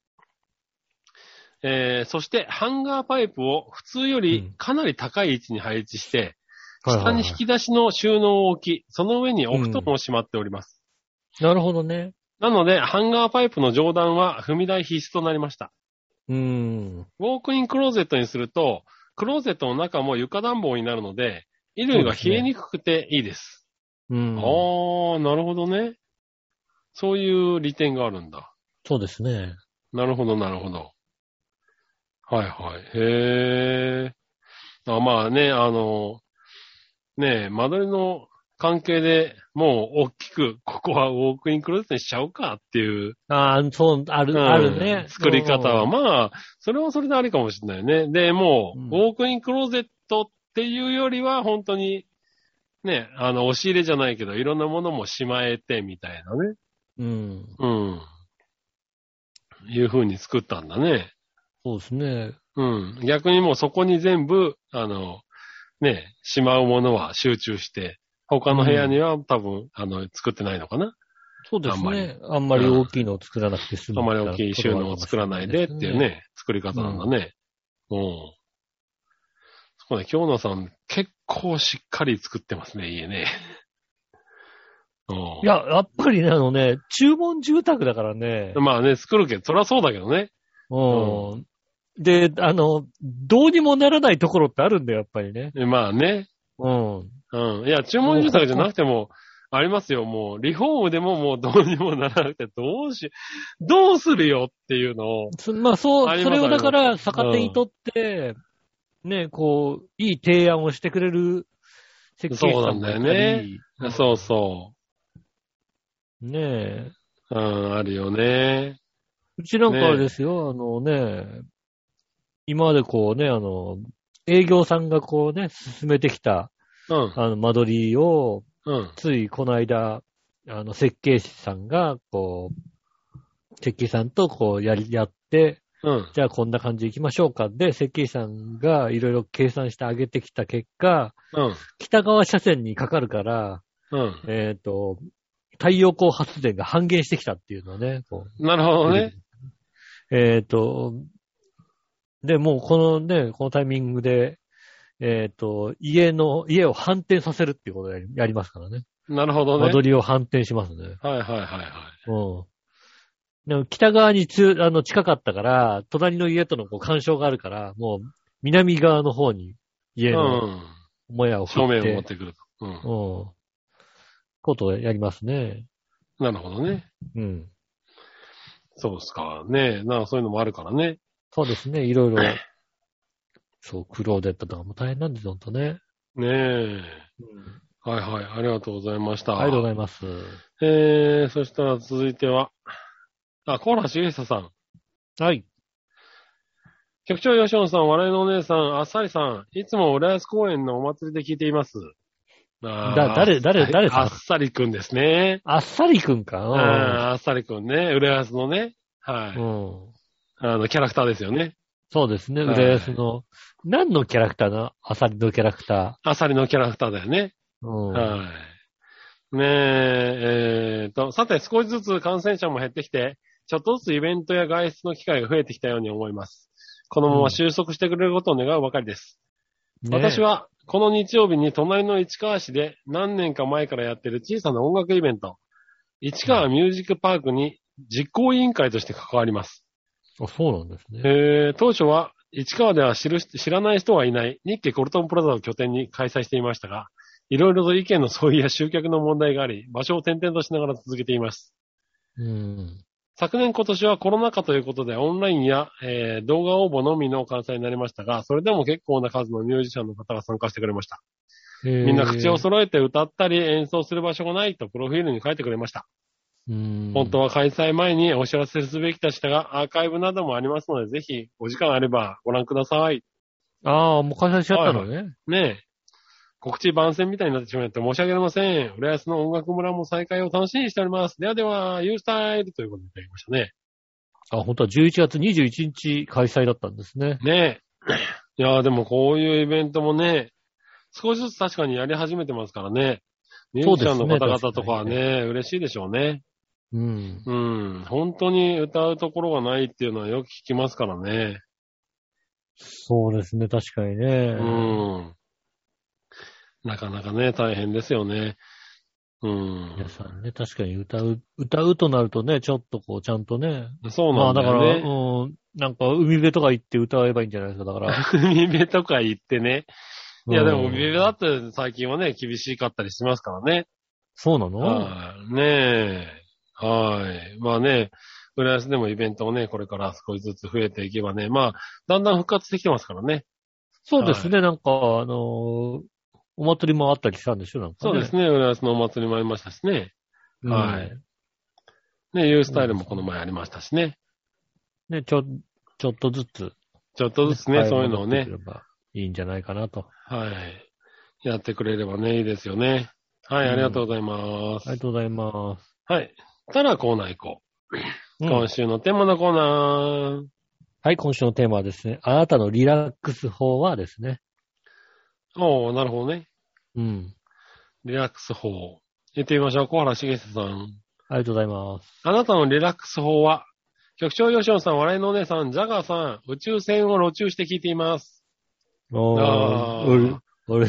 そしてハンガーパイプを普通よりかなり高い位置に配置して、下に引き出しの収納を置き、その上にお布団をしまっております。 なるほどね。 なので、ハンガーパイプの上段は踏み台必須となりました。ウォークインクローゼットにすると、クローゼットの中も床暖房になるので、衣類が冷えにくくていいです。あー、なるほどね。そういう利点があるんだ。 そうですね。 なるほど、なるほど。はいはい。へー。まあね、ねえ、間取りの関係でもう大きく、ここはウォークインクローゼットにしちゃおうかっていう。 あるね。 作り方は、まあ、それはそれでありかもしれないね。で、もう、ウォークインクローゼットっていうよりは、本当に、ね、押し入れじゃないけど、いろんなものもしまえて、みたいなね。いう風に作ったんだね。 そうですね。 逆にもうそこに全部、 ね、しまうものは集中して、他の部屋には多分、作ってないのかな。 そうですね。あんまり大きいのを作らなくて済む。 あんまり大きい収納を作らないでっていうね、作り方なんだね。そこね、京野さん結構しっかり作ってますね、家ね。 いや、やっぱりね、注文住宅だからね。 まあね、作るけど、そりゃそうだけどね。 で、どうにもならないところってあるんだよ、やっぱりね。 まあね。いや、注文住宅じゃなくても、ありますよ、もう、リフォームでももうどうにもならなくて、どうするよっていうのを。 まあそれをだから、逆手にとって、ね、こう、いい提案をしてくれる設計士さんもいたり。そうなんだよね。そうそう。 ねえ。 あるよね。 うちなんかあれですよ、今までこうね、営業さんがこうね、進めてきた、間取りを、ついこの間、設計士さんが、こう、設計士さんとこうやって、じゃあこんな感じで行きましょうか。で、設計士さんがいろいろ計算してあげてきた結果、北側車線にかかるから、太陽光発電が半減してきたっていうのをね。 なるほどね。 で、もうこのタイミングで、家を反転させるっていうことをやりますからね。 なるほどね。 間取りを反転しますね。 はい。 でも北側に近かったから、隣の家との干渉があるから、もう南側の方に家のもやを振って、 正面を持ってくると。 ことをやりますね。 なるほどね。そうですか。ねそういうのもあるからね。 そうですね。いろいろ。そう、クローゼットとかも大変なんですよ、ほんとね。 ねえ。はいはい。ありがとうございました。 ありがとうございます。 そしたら続いては、コーラシゲサさん。 はい。 局長吉野さん、笑いのお姉さん、あっさりさん、いつも浦安公園のお祭りで聞いています。 誰さんあっさりくんですね。 あっさりくんか。 あっさりくんね。浦安のね。はい。キャラクターですよね。 そうですね。浦安の。何のキャラクターなあさりのキャラクター。あさりのキャラクターだよね。はい。ねさて、少しずつ感染者も減ってきて、ちょっとずつイベントや外出の機会が増えてきたように思います。このまま収束してくれることを願うばかりです。私は、この日曜日に隣の市川市で何年か前からやっている小さな音楽イベント、市川ミュージックパークに実行委員会として関わります。 そうなんですね。 当初は市川では知らない人はいない日系コルトンプラザを拠点に開催していましたが、いろいろと意見の相違や集客の問題があり、場所を転々としながら続けています。昨年今年はコロナ禍ということでオンラインや、動画応募のみの開催になりましたが、それでも結構な数のミュージシャンの方が参加してくれました。みんな口を揃えて歌ったり演奏する場所がないとプロフィールに書いてくれました。本当は開催前にお知らせすべきでしたが、アーカイブなどもありますので、ぜひお時間あればご覧ください。 もう開催しちゃったのね。 ねえ。告知番宣みたいになってしまって申し訳ありません。浦安の音楽村も再開を楽しみにしております。ではでは、ユースタイルということでいただきましたね。 本当は11月21日開催だったんですね。 ねえ。いやでもこういうイベントもね、少しずつ確かにやり始めてますからね。ミュージシャンの方々とかはね、嬉しいでしょうね。本当に歌うところがないっていうのはよく聞きますからね。 そうですね、確かにね。 なかなかね、大変ですよね。 皆さんね、確かに歌うとなるとね、ちょっとこう、ちゃんとね。 そうなんだよね。 だから、なんか、海辺とか行って歌えばいいんじゃないですか、だから。 海辺とか行ってね。いや、でも海辺だって最近はね、厳しかったりしますからね。 そうなの？ ねえ。はい。まあね、浦安でもイベントをね、これから少しずつ増えていけばね、まあ、だんだん復活してきてますからね。 そうですね、なんか、お祭りもあったりしたんでしょ、なんかね。 そうですね、浦安のお祭りもありましたしね。はい。ね、ユースタイルもこの前ありましたしね。 ね、ちょっとずつ。 ちょっとずつね、そういうのをね。 いいんじゃないかなと。 はい。やってくれればね、いいですよね。はい、ありがとうございます。 ありがとうございます。 はい。たらコーナー行こう。今週のテーマのコーナー。 はい、今週のテーマはですね、あなたのリラックス法はですね。 おー、なるほどね。 うん。 リラックス法。言ってみましょう。小原茂さん。 ありがとうございます。 あなたのリラックス法は、局長吉野さん、笑いのお姉さん、ジャガーさん、宇宙船を路中して聞いています。 ああ、俺、ジ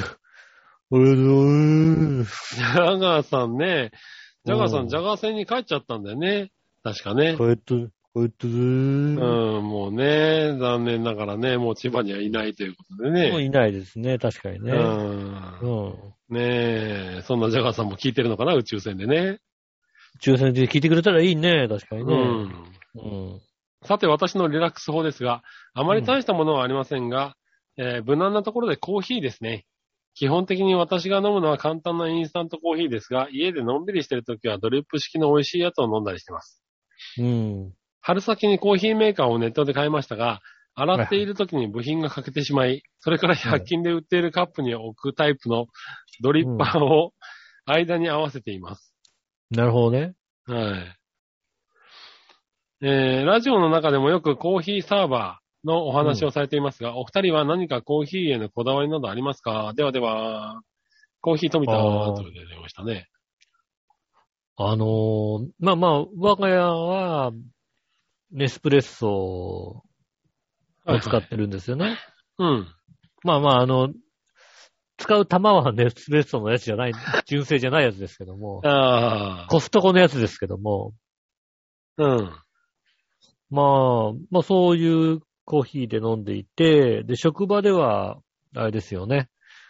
ャガーさんね。ジャガーさん、ジャガー船に帰っちゃったんだよね。確かね。 帰ってる。 もうね、残念ながらね、もう千葉にはいないということでね。 もういないですね、確かにね。 ねえ、そんなジャガーさんも聞いてるのかな、宇宙船でね。 宇宙船で聞いてくれたらいいね、確かにね。 さて、私のリラックス法ですが、あまり大したものはありませんが、無難なところでコーヒーですね。基本的に私が飲むのは簡単なインスタントコーヒーですが、家でのんびりしてるときはドリップ式の美味しいやつを飲んだりしてます。春先にコーヒーメーカーをネットで買いましたが、洗っているときに部品が欠けてしまい、それから100均で売っているカップに置くタイプのドリッパーを間に合わせています。 なるほどね。 はい。ラジオの中でもよくコーヒーサーバーのお話をされていますが、お二人は何かコーヒーへのこだわりなどありますか？ではでは、コーヒー富田と出てましたね。 我が家は、ネスプレッソを使ってるんですよね。使う玉はネスプレッソのやつじゃない、純正じゃないやつですけども。コストコのやつですけども。そういうコーヒーで飲んでいて、で、職場では、あれですよね。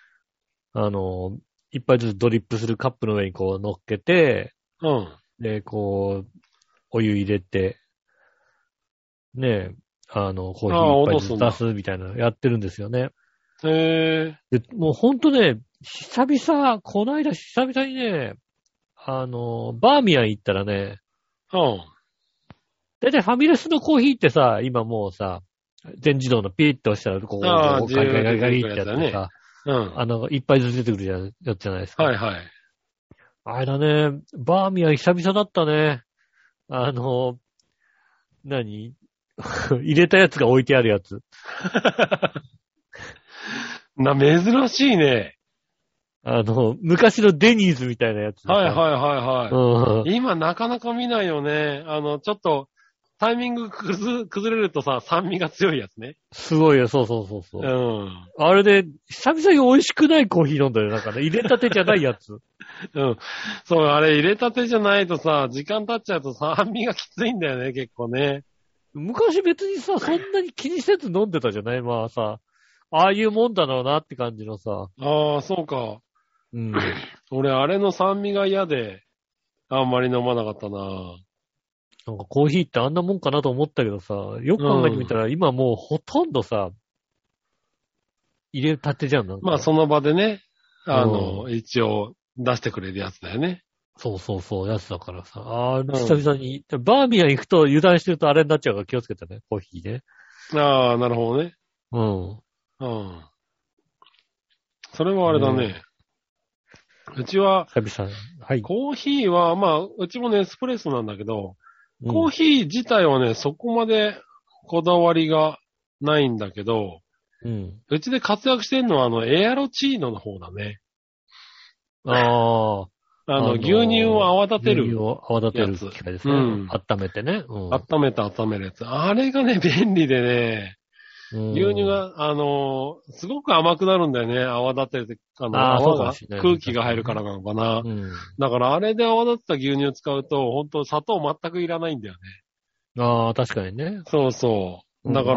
一杯ずつドリップするカップの上にこう乗っけて、で、こう、お湯入れて、ね、コーヒー一杯ずつ出すみたいなのやってるんですよね。で、もうほんとね、この間久々にね、バーミヤン行ったらね、だいたいファミレスのコーヒーってさ、今もうさ、全自動のピーッと押したら、ここガリガリガリってやってさ、一杯ずつ出てくるやつじゃないですか。はいはい。あれだね、バーミヤン久々だったね。入れたやつが置いてあるやつ。 珍しいね。 昔のデニーズみたいなやつ。 はいはいはいはい。今なかなか見ないよね。ちょっと、タイミング崩れるとさ、酸味が強いやつね。 すごいよ、そう。あれで、久々に美味しくないコーヒー飲んだよ、なんかね。入れたてじゃないやつ。 そう、あれ入れたてじゃないとさ、時間経っちゃうと酸味がきついんだよね、結構ね。 昔別にさ、そんなに気にせず飲んでたじゃない？まあさ、ああいうもんだろうなって感じのさ。 ああ、そうか。俺、あれの酸味が嫌で、あんまり飲まなかったな。 なんかコーヒーってあんなもんかなと思ったけどさ、よく考えてみたら、今もうほとんどさ、入れたてじゃん。なんかまあその場でね、一応出してくれるやつだよね。 そう、やつだからさ。久々に、バーミヤン行くと油断してるとあれになっちゃうから気をつけてね、コーヒーね。 ああ、なるほどね。それはあれだね。うちは、コーヒーは、うちもね、エスプレッソなんだけど、コーヒー自体はね、そこまでこだわりがないんだけど、うちで活躍してるのは、エアロチーノの方だね。牛乳を泡立てる。 牛乳を泡立てる機械ですね。温めてね。 温めるやつ。あれがね、便利でね、牛乳が、すごく甘くなるんだよね。泡立てて、空気が入るからなのかな。だからあれで泡立てた牛乳を使うと、本当砂糖全くいらないんだよね。確かにね。 そうそう。だから、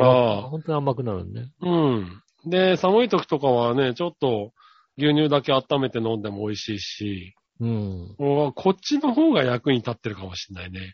本当に甘くなるね。 で、寒い時とかはね、ちょっと牛乳だけ温めて飲んでも美味しいし、こっちの方が役に立ってるかもしれないね。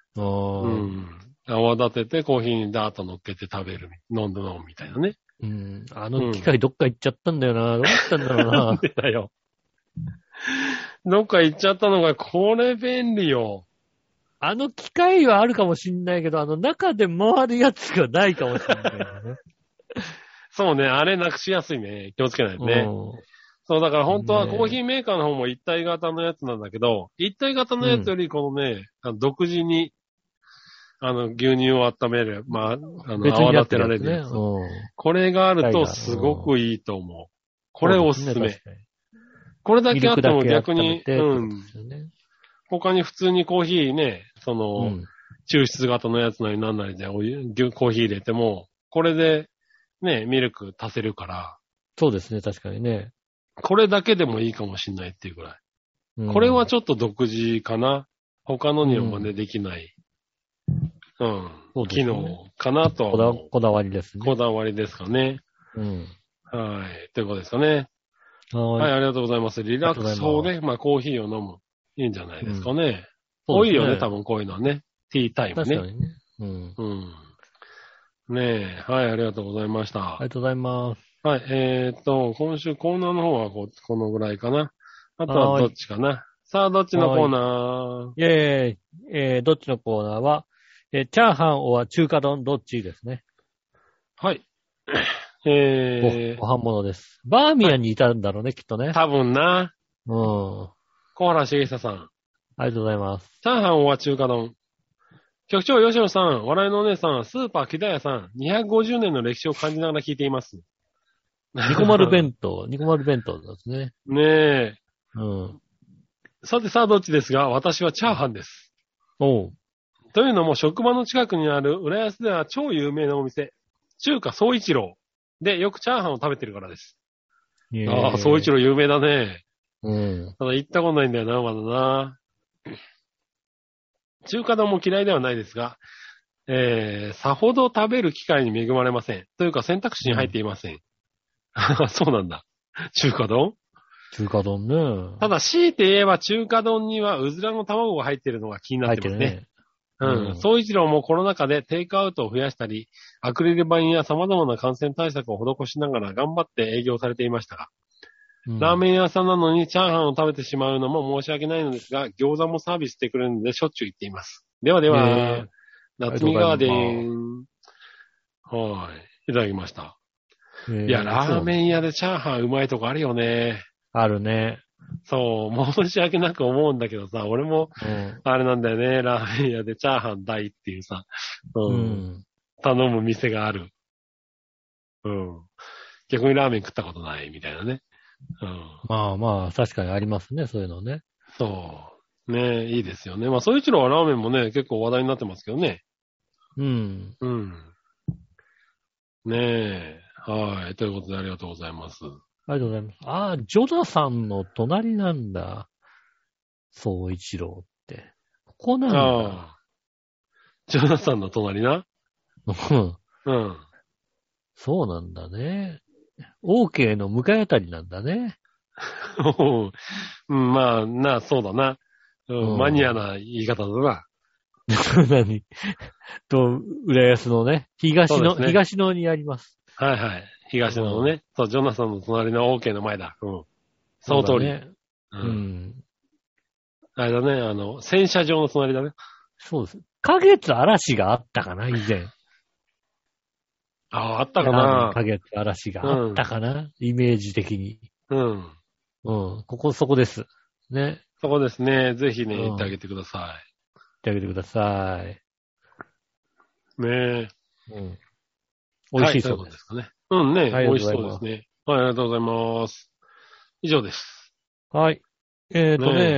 泡立ててコーヒーにダーッと乗っけて食べる、飲むみたいなね。 機械どっか行っちゃったんだよな。どうしたんだろうな。 なんでだよ。どっか行っちゃったのが、これ便利よ。 機械はあるかもしんないけど、中で回るやつがないかもしんないよね。 そうね、あれなくしやすいね。気をつけないとね。そう、だから本当はコーヒーメーカーの方も一体型のやつなんだけど、一体型のやつよりこのね、独自に、牛乳を温める、泡立てられるやつ。これがあるとすごくいいと思う。 これおすすめ。これだけあっても逆に、他に普通にコーヒーね、抽出型のやつなりなんなりでコーヒー入れても、これでね、ミルク足せるから。 そうですね、確かにね。 これだけでもいいかもしんないっていうぐらい。これはちょっと独自かな。他のには真似できない。機能かなと。 こだわりですね。 こだわりですかね。はい。ということですかね。はい、ありがとうございます。リラックス法で、コーヒーを飲む。いいんじゃないですかね。多いよね、多分こういうのはね。ティータイムね。 確かにね。 ねえ、はい、ありがとうございました。 ありがとうございます。 はい、今週コーナーの方はこのぐらいかな。あとはどっちかな。さあ、どっちのコーナー？どっちのコーナーは、チャーハンは中華丼どっちですね。 はい。 ご飯物です。バーミヤンにいたんだろうね、きっとね。 多分な。 小原茂久さん。 ありがとうございます。 チャーハンは中華丼。局長、吉野さん、笑いのお姉さん、スーパー木田屋さん、250年の歴史を感じながら聞いています。 ニコマル弁当ですね。 ねえ。さてさあどっちですが、私はチャーハンです。というのも、職場の近くにある浦安では超有名なお店、中華総一郎でよくチャーハンを食べてるからです。ああ、総一郎有名だね。ただ行ったことないんだよな、まだな。中華丼も嫌いではないですが、さほど食べる機会に恵まれません。というか選択肢に入っていません。そうなんだ。中華丼ね。 ただ強いて言えば中華丼にはうずらの卵が入っているのが気になってますね。総一郎もコロナ禍でテイクアウトを増やしたり、アクリル板や様々な感染対策を施しながら頑張って営業されていましたが、ラーメン屋さんなのにチャーハンを食べてしまうのも申し訳ないのですが、餃子もサービスしてくれるのでしょっちゅう行っています。ではでは、夏見ガーデン。はい。いただきました。いや、ラーメン屋でチャーハンうまいとこあるよね。 あるね。 そう、申し訳なく思うんだけどさ、俺も、あれなんだよね、ラーメン屋でチャーハン大っていうさ、頼む店がある。逆にラーメン食ったことないみたいなね。 まあ、確かにありますね、そういうのね。 そう。ねいいですよね。総一郎はラーメンもね、結構話題になってますけどね。ねえ。はい。ということでありがとうございます。 ありがとうございます。ああ、ジョナさんの隣なんだ。総一郎って。ここなんだ。 ジョナさんの隣な。 そうなんだね。OK の向かいあたりなんだね。 そうだな。マニアな言い方だな。 何浦安のね、東野にあります。 はいはい。東野のね。そう、ジョナサンの隣の OK の前だ。その通り。あれだね、洗車場の隣だね。 そうです。花月嵐があったかな、以前。 あったかな。 花月嵐があったかな、イメージ的に。そこです。ね。 そこですね。ぜひね、行ってあげてください。 行ってあげてください。 ねえ。 美味しいそうですかね。美味しそうですね。はい、ありがとうございます。以上です。 はい。ツイ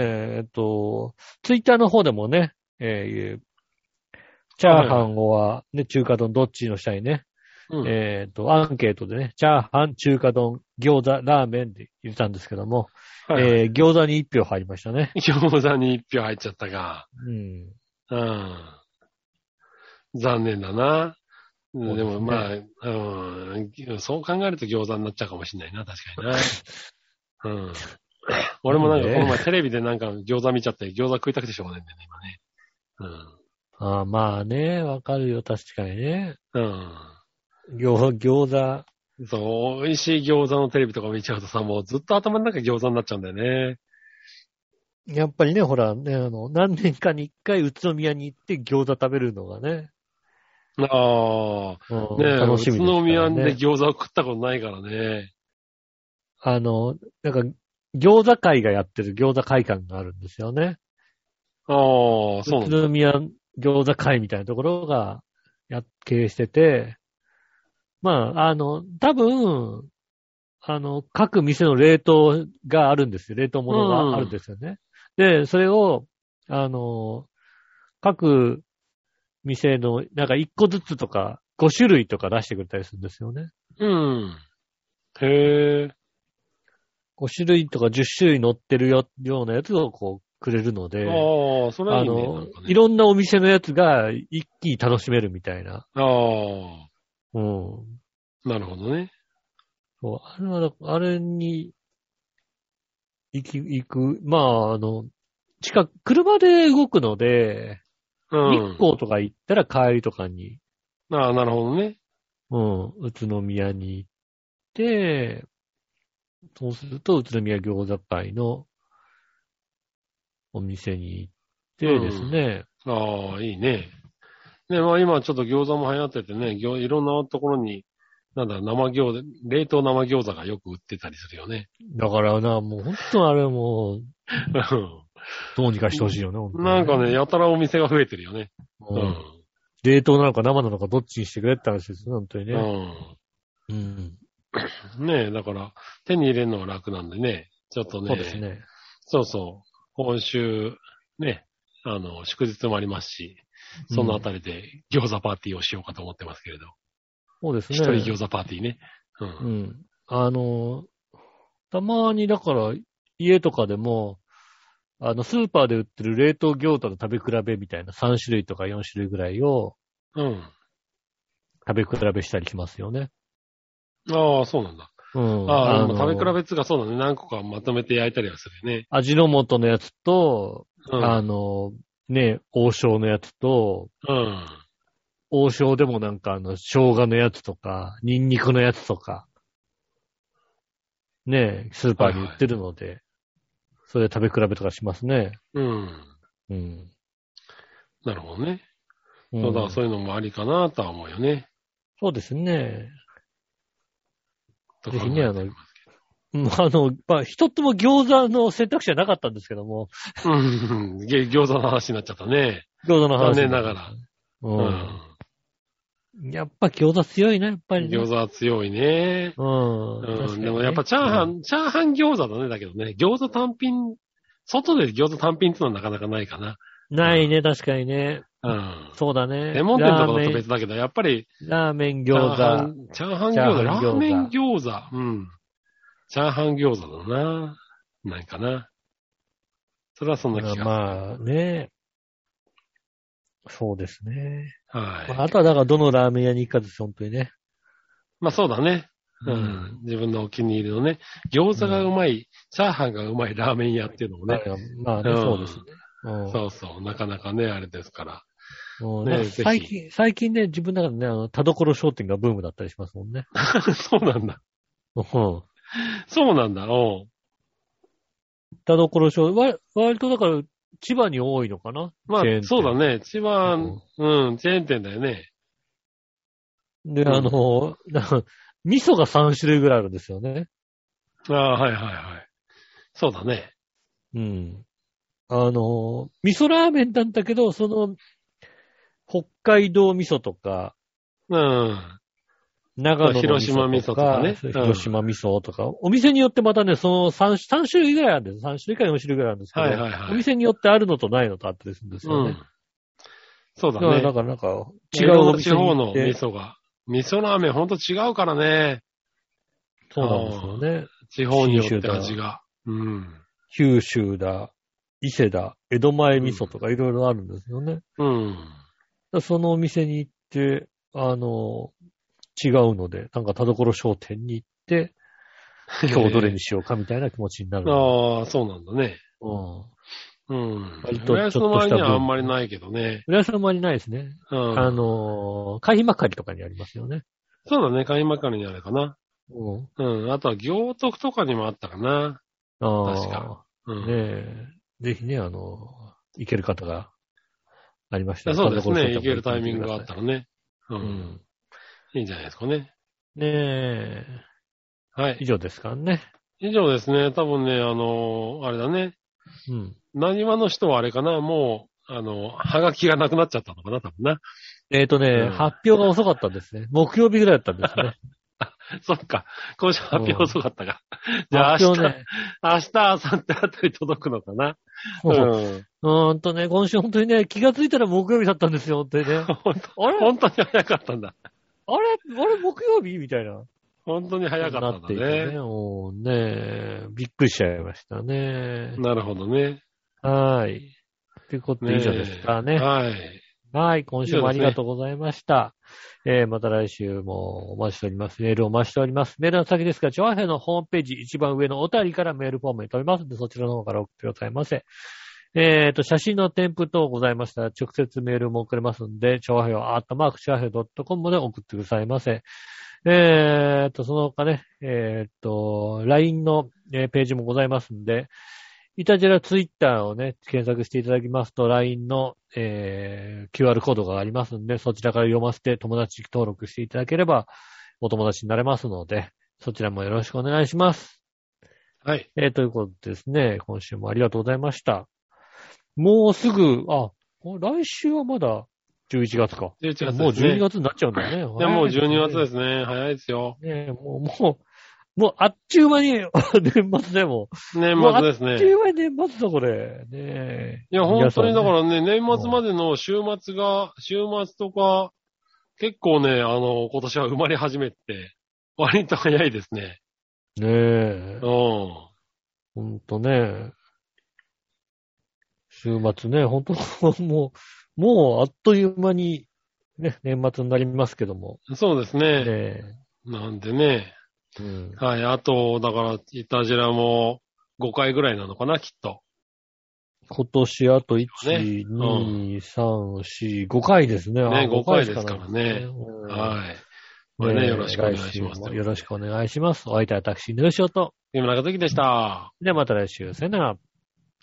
ッターの方でもね、チャーハンはね、中華丼どっちの下にね、アンケートでね、チャーハン、中華丼、餃子、ラーメンで入れたんですけども、餃子に1票入りましたね。 餃子に1票入っちゃったか。残念だな。でもそう考えると餃子になっちゃうかもしれないな、確かにな。俺もこの前テレビで餃子見ちゃって餃子食いたくてしょうがないんだよね、 今ね。まあね、わかるよ、確かにね。餃子。 そう、美味しい餃子のテレビとか見ちゃうとさ、もうずっと頭の中餃子になっちゃうんだよね。 やっぱりね、ほら、ね、何年かに一回宇都宮に行って餃子食べるのがね。 楽しみです、ね。宇都宮で餃子を食ったことないからね。 餃子会がやってる餃子会館があるんですよね。 そうなんだ。 宇都宮餃子会みたいなところが経営してて、多分、 各店の冷凍があるんですよ。冷凍物があるんですよね。で、それを、各店の、なんか1個ずつとか、5種類とか出してくれたりするんですよね。 うん。へぇ。 5種類とか10種類載ってるようなやつをこうくれるので、 ああ、それはいいね。 いろんなお店のやつが一気に楽しめるみたいな。 ああ。 うん。 なるほどね。 そう、あれに行く、まあ、車で動くので、日光とか行ったら帰りとかに。 ああ、なるほどね。 うん、宇都宮に行って、そうすると宇都宮餃子会のお店に行ってですね。 ああ、いいね。ね、まあ今ちょっと餃子も流行っててね、いろんなところに、生餃子、冷凍生餃子がよく売ってたりするよね。 だからな、もう本当あれもう、どうにかしてほしいよね、 なんかね、やたらお店が増えてるよね。 冷凍なのか生なのかどっちにしてくれって話ですよ、本当にね。 ねえ、だから、手に入れるのは楽なんでね、ちょっとね。 そうですね。 そうそう。今週、ね、祝日もありますし、そのあたりで餃子パーティーをしようかと思ってますけれど。 そうですね。 一人餃子パーティーね。 たまにだから、家とかでも、スーパーで売ってる冷凍餃子の食べ比べみたいな3種類とか4種類ぐらいを、食べ比べしたりしますよね。 ああ、そうなんだ。食べ比べつがそうだね。何個かまとめて焼いたりはするよね。 味の素のやつと、王将のやつと、王将でもなんか生姜のやつとか、ニンニクのやつとか、ね、スーパーに売ってるので、それで食べ比べとかしますね。 なるほどね。そうだ、そういうのもありかなとは思うよね。 そうですね。ぜひね、一つも餃子の選択肢はなかったんですけども。 餃子の話になっちゃったね。 餃子の話。 残念ながら。 やっぱ餃子強いね、やっぱりね。 餃子は強いね。でもやっぱチャーハン餃子だね、だけどね。餃子単品、外で餃子単品ってのはなかなかないかな。 ないね、確かにね。そうだね。 専門店とかだと別だけど、やっぱり。 ラーメン餃子。 チャーハン餃子、ラーメン餃子。チャーハン餃子だな。なんかな。それはそんな気がする。 まあね。そうですね。 はい。 あとはだからどのラーメン屋に行くかです、本当にね。 まあそうだね。自分のお気に入りのね、餃子がうまい、チャーハンがうまいラーメン屋っていうのもね。 まあね、そうですね。 そうそう。なかなかね、あれですから。 最近ね、自分の中でね、田所商店がブームだったりしますもんね。 そうなんだ。そうなんだ。 田所商店、割とだから、千葉に多いのかな？ まあ、そうだね。千葉、チェーン店だよね。 で、味噌が3種類ぐらいあるんですよね。 ああ、はいはいはい。そうだね。 味噌ラーメンなんだけど、北海道味噌とか、長野の広島味噌とかね。 広島味噌とか。お店によってまたね、3種類ぐらいあるんです。3種類か4種類ぐらいあるんですけど、お店によってあるのとないのとあったりするんですよね。 そうだね。 だからなんか、違うお店に行って。 地方の味噌が。味噌ラーメンほんと違うからね。 そうなんですよね。 地方によって味が。 九州だ、伊勢だ、江戸前味噌とかいろいろあるんですよね。そのお店に行って、違うので、なんか田所商店に行って、今日どれにしようかみたいな気持ちになる。 ああ、そうなんだね。割と浦安の周りにはあんまりないけどね。 浦安の周りないですね。海浜幕張とかにありますよね。 そうだね、海浜幕張にあるかな。あとは行徳とかにもあったかな。確か。 ぜひね、行ける方がありましたら。 そうですね、行けるタイミングがあったらね。いいんじゃないですかね。 ねえ。 はい。 以上ですかね。 以上ですね。多分ね、あれだね。何話の人はあれかな、もう、はがきがなくなっちゃったのかな、多分な。 発表が遅かったんですね。木曜日ぐらいだったんですね。 そっか。今週発表遅かったか。じゃあ明日、ね、明日、明後日あたり届くのかな。 ね、今週本当にね、気がついたら木曜日だったんですよ、本当にね。 本当に早かったんだ。 あれ木曜日みたいな。 本当に早かったんだね。 もうね、びっくりしちゃいましたね。 なるほどね。 はい。ということで以上ですかね。 はい。 はい、今週もありがとうございました。また来週もお待ちしております。メールをお待ちしております。メールの先ですが、チョアヘのホームページ一番上のお便りからメールフォームに飛びますので、そちらの方から送ってくださいませ。写真の添付等ございましたら、直接メールも送れますので、チョアヘオ@chowaheo.com まで送ってくださいませ。その他ね、LINE のページもございますんで、イタジェラツイッターをね、検索していただきますと、LINE の、QR コードがありますんで、そちらから読ませて友達登録していただければ、お友達になれますので、そちらもよろしくお願いします。 はい。 ということでですね、今週もありがとうございました。もうすぐ、来週はまだ11月か。 11月ですね。 もう12月になっちゃうんだね。いや、 もう12月ですね。早いですよ。 ね、もうあっちゅう間に年末でも。 年末ですね。 あっちゅう間に年末だ、これ。ねいや、本当にだからね、年末までの週末とか、結構ね、今年は生まれ始めて、割と早いですね。 ねえ。ほんとね。週末ね、ほんと、もうあっという間に、ね、年末になりますけども。 そうですね。 ねなんでね。はい、あと、だから、イタジェラも5回ぐらいなのかな、きっと。 今年あと1、2、3、4、5回ですね。 ね、5回ですからね。はい。これね、よろしくお願いします。 よろしくお願いします。お相手は私、ヌーショと。 木村和樹でした。 ではまた来週、さよなら。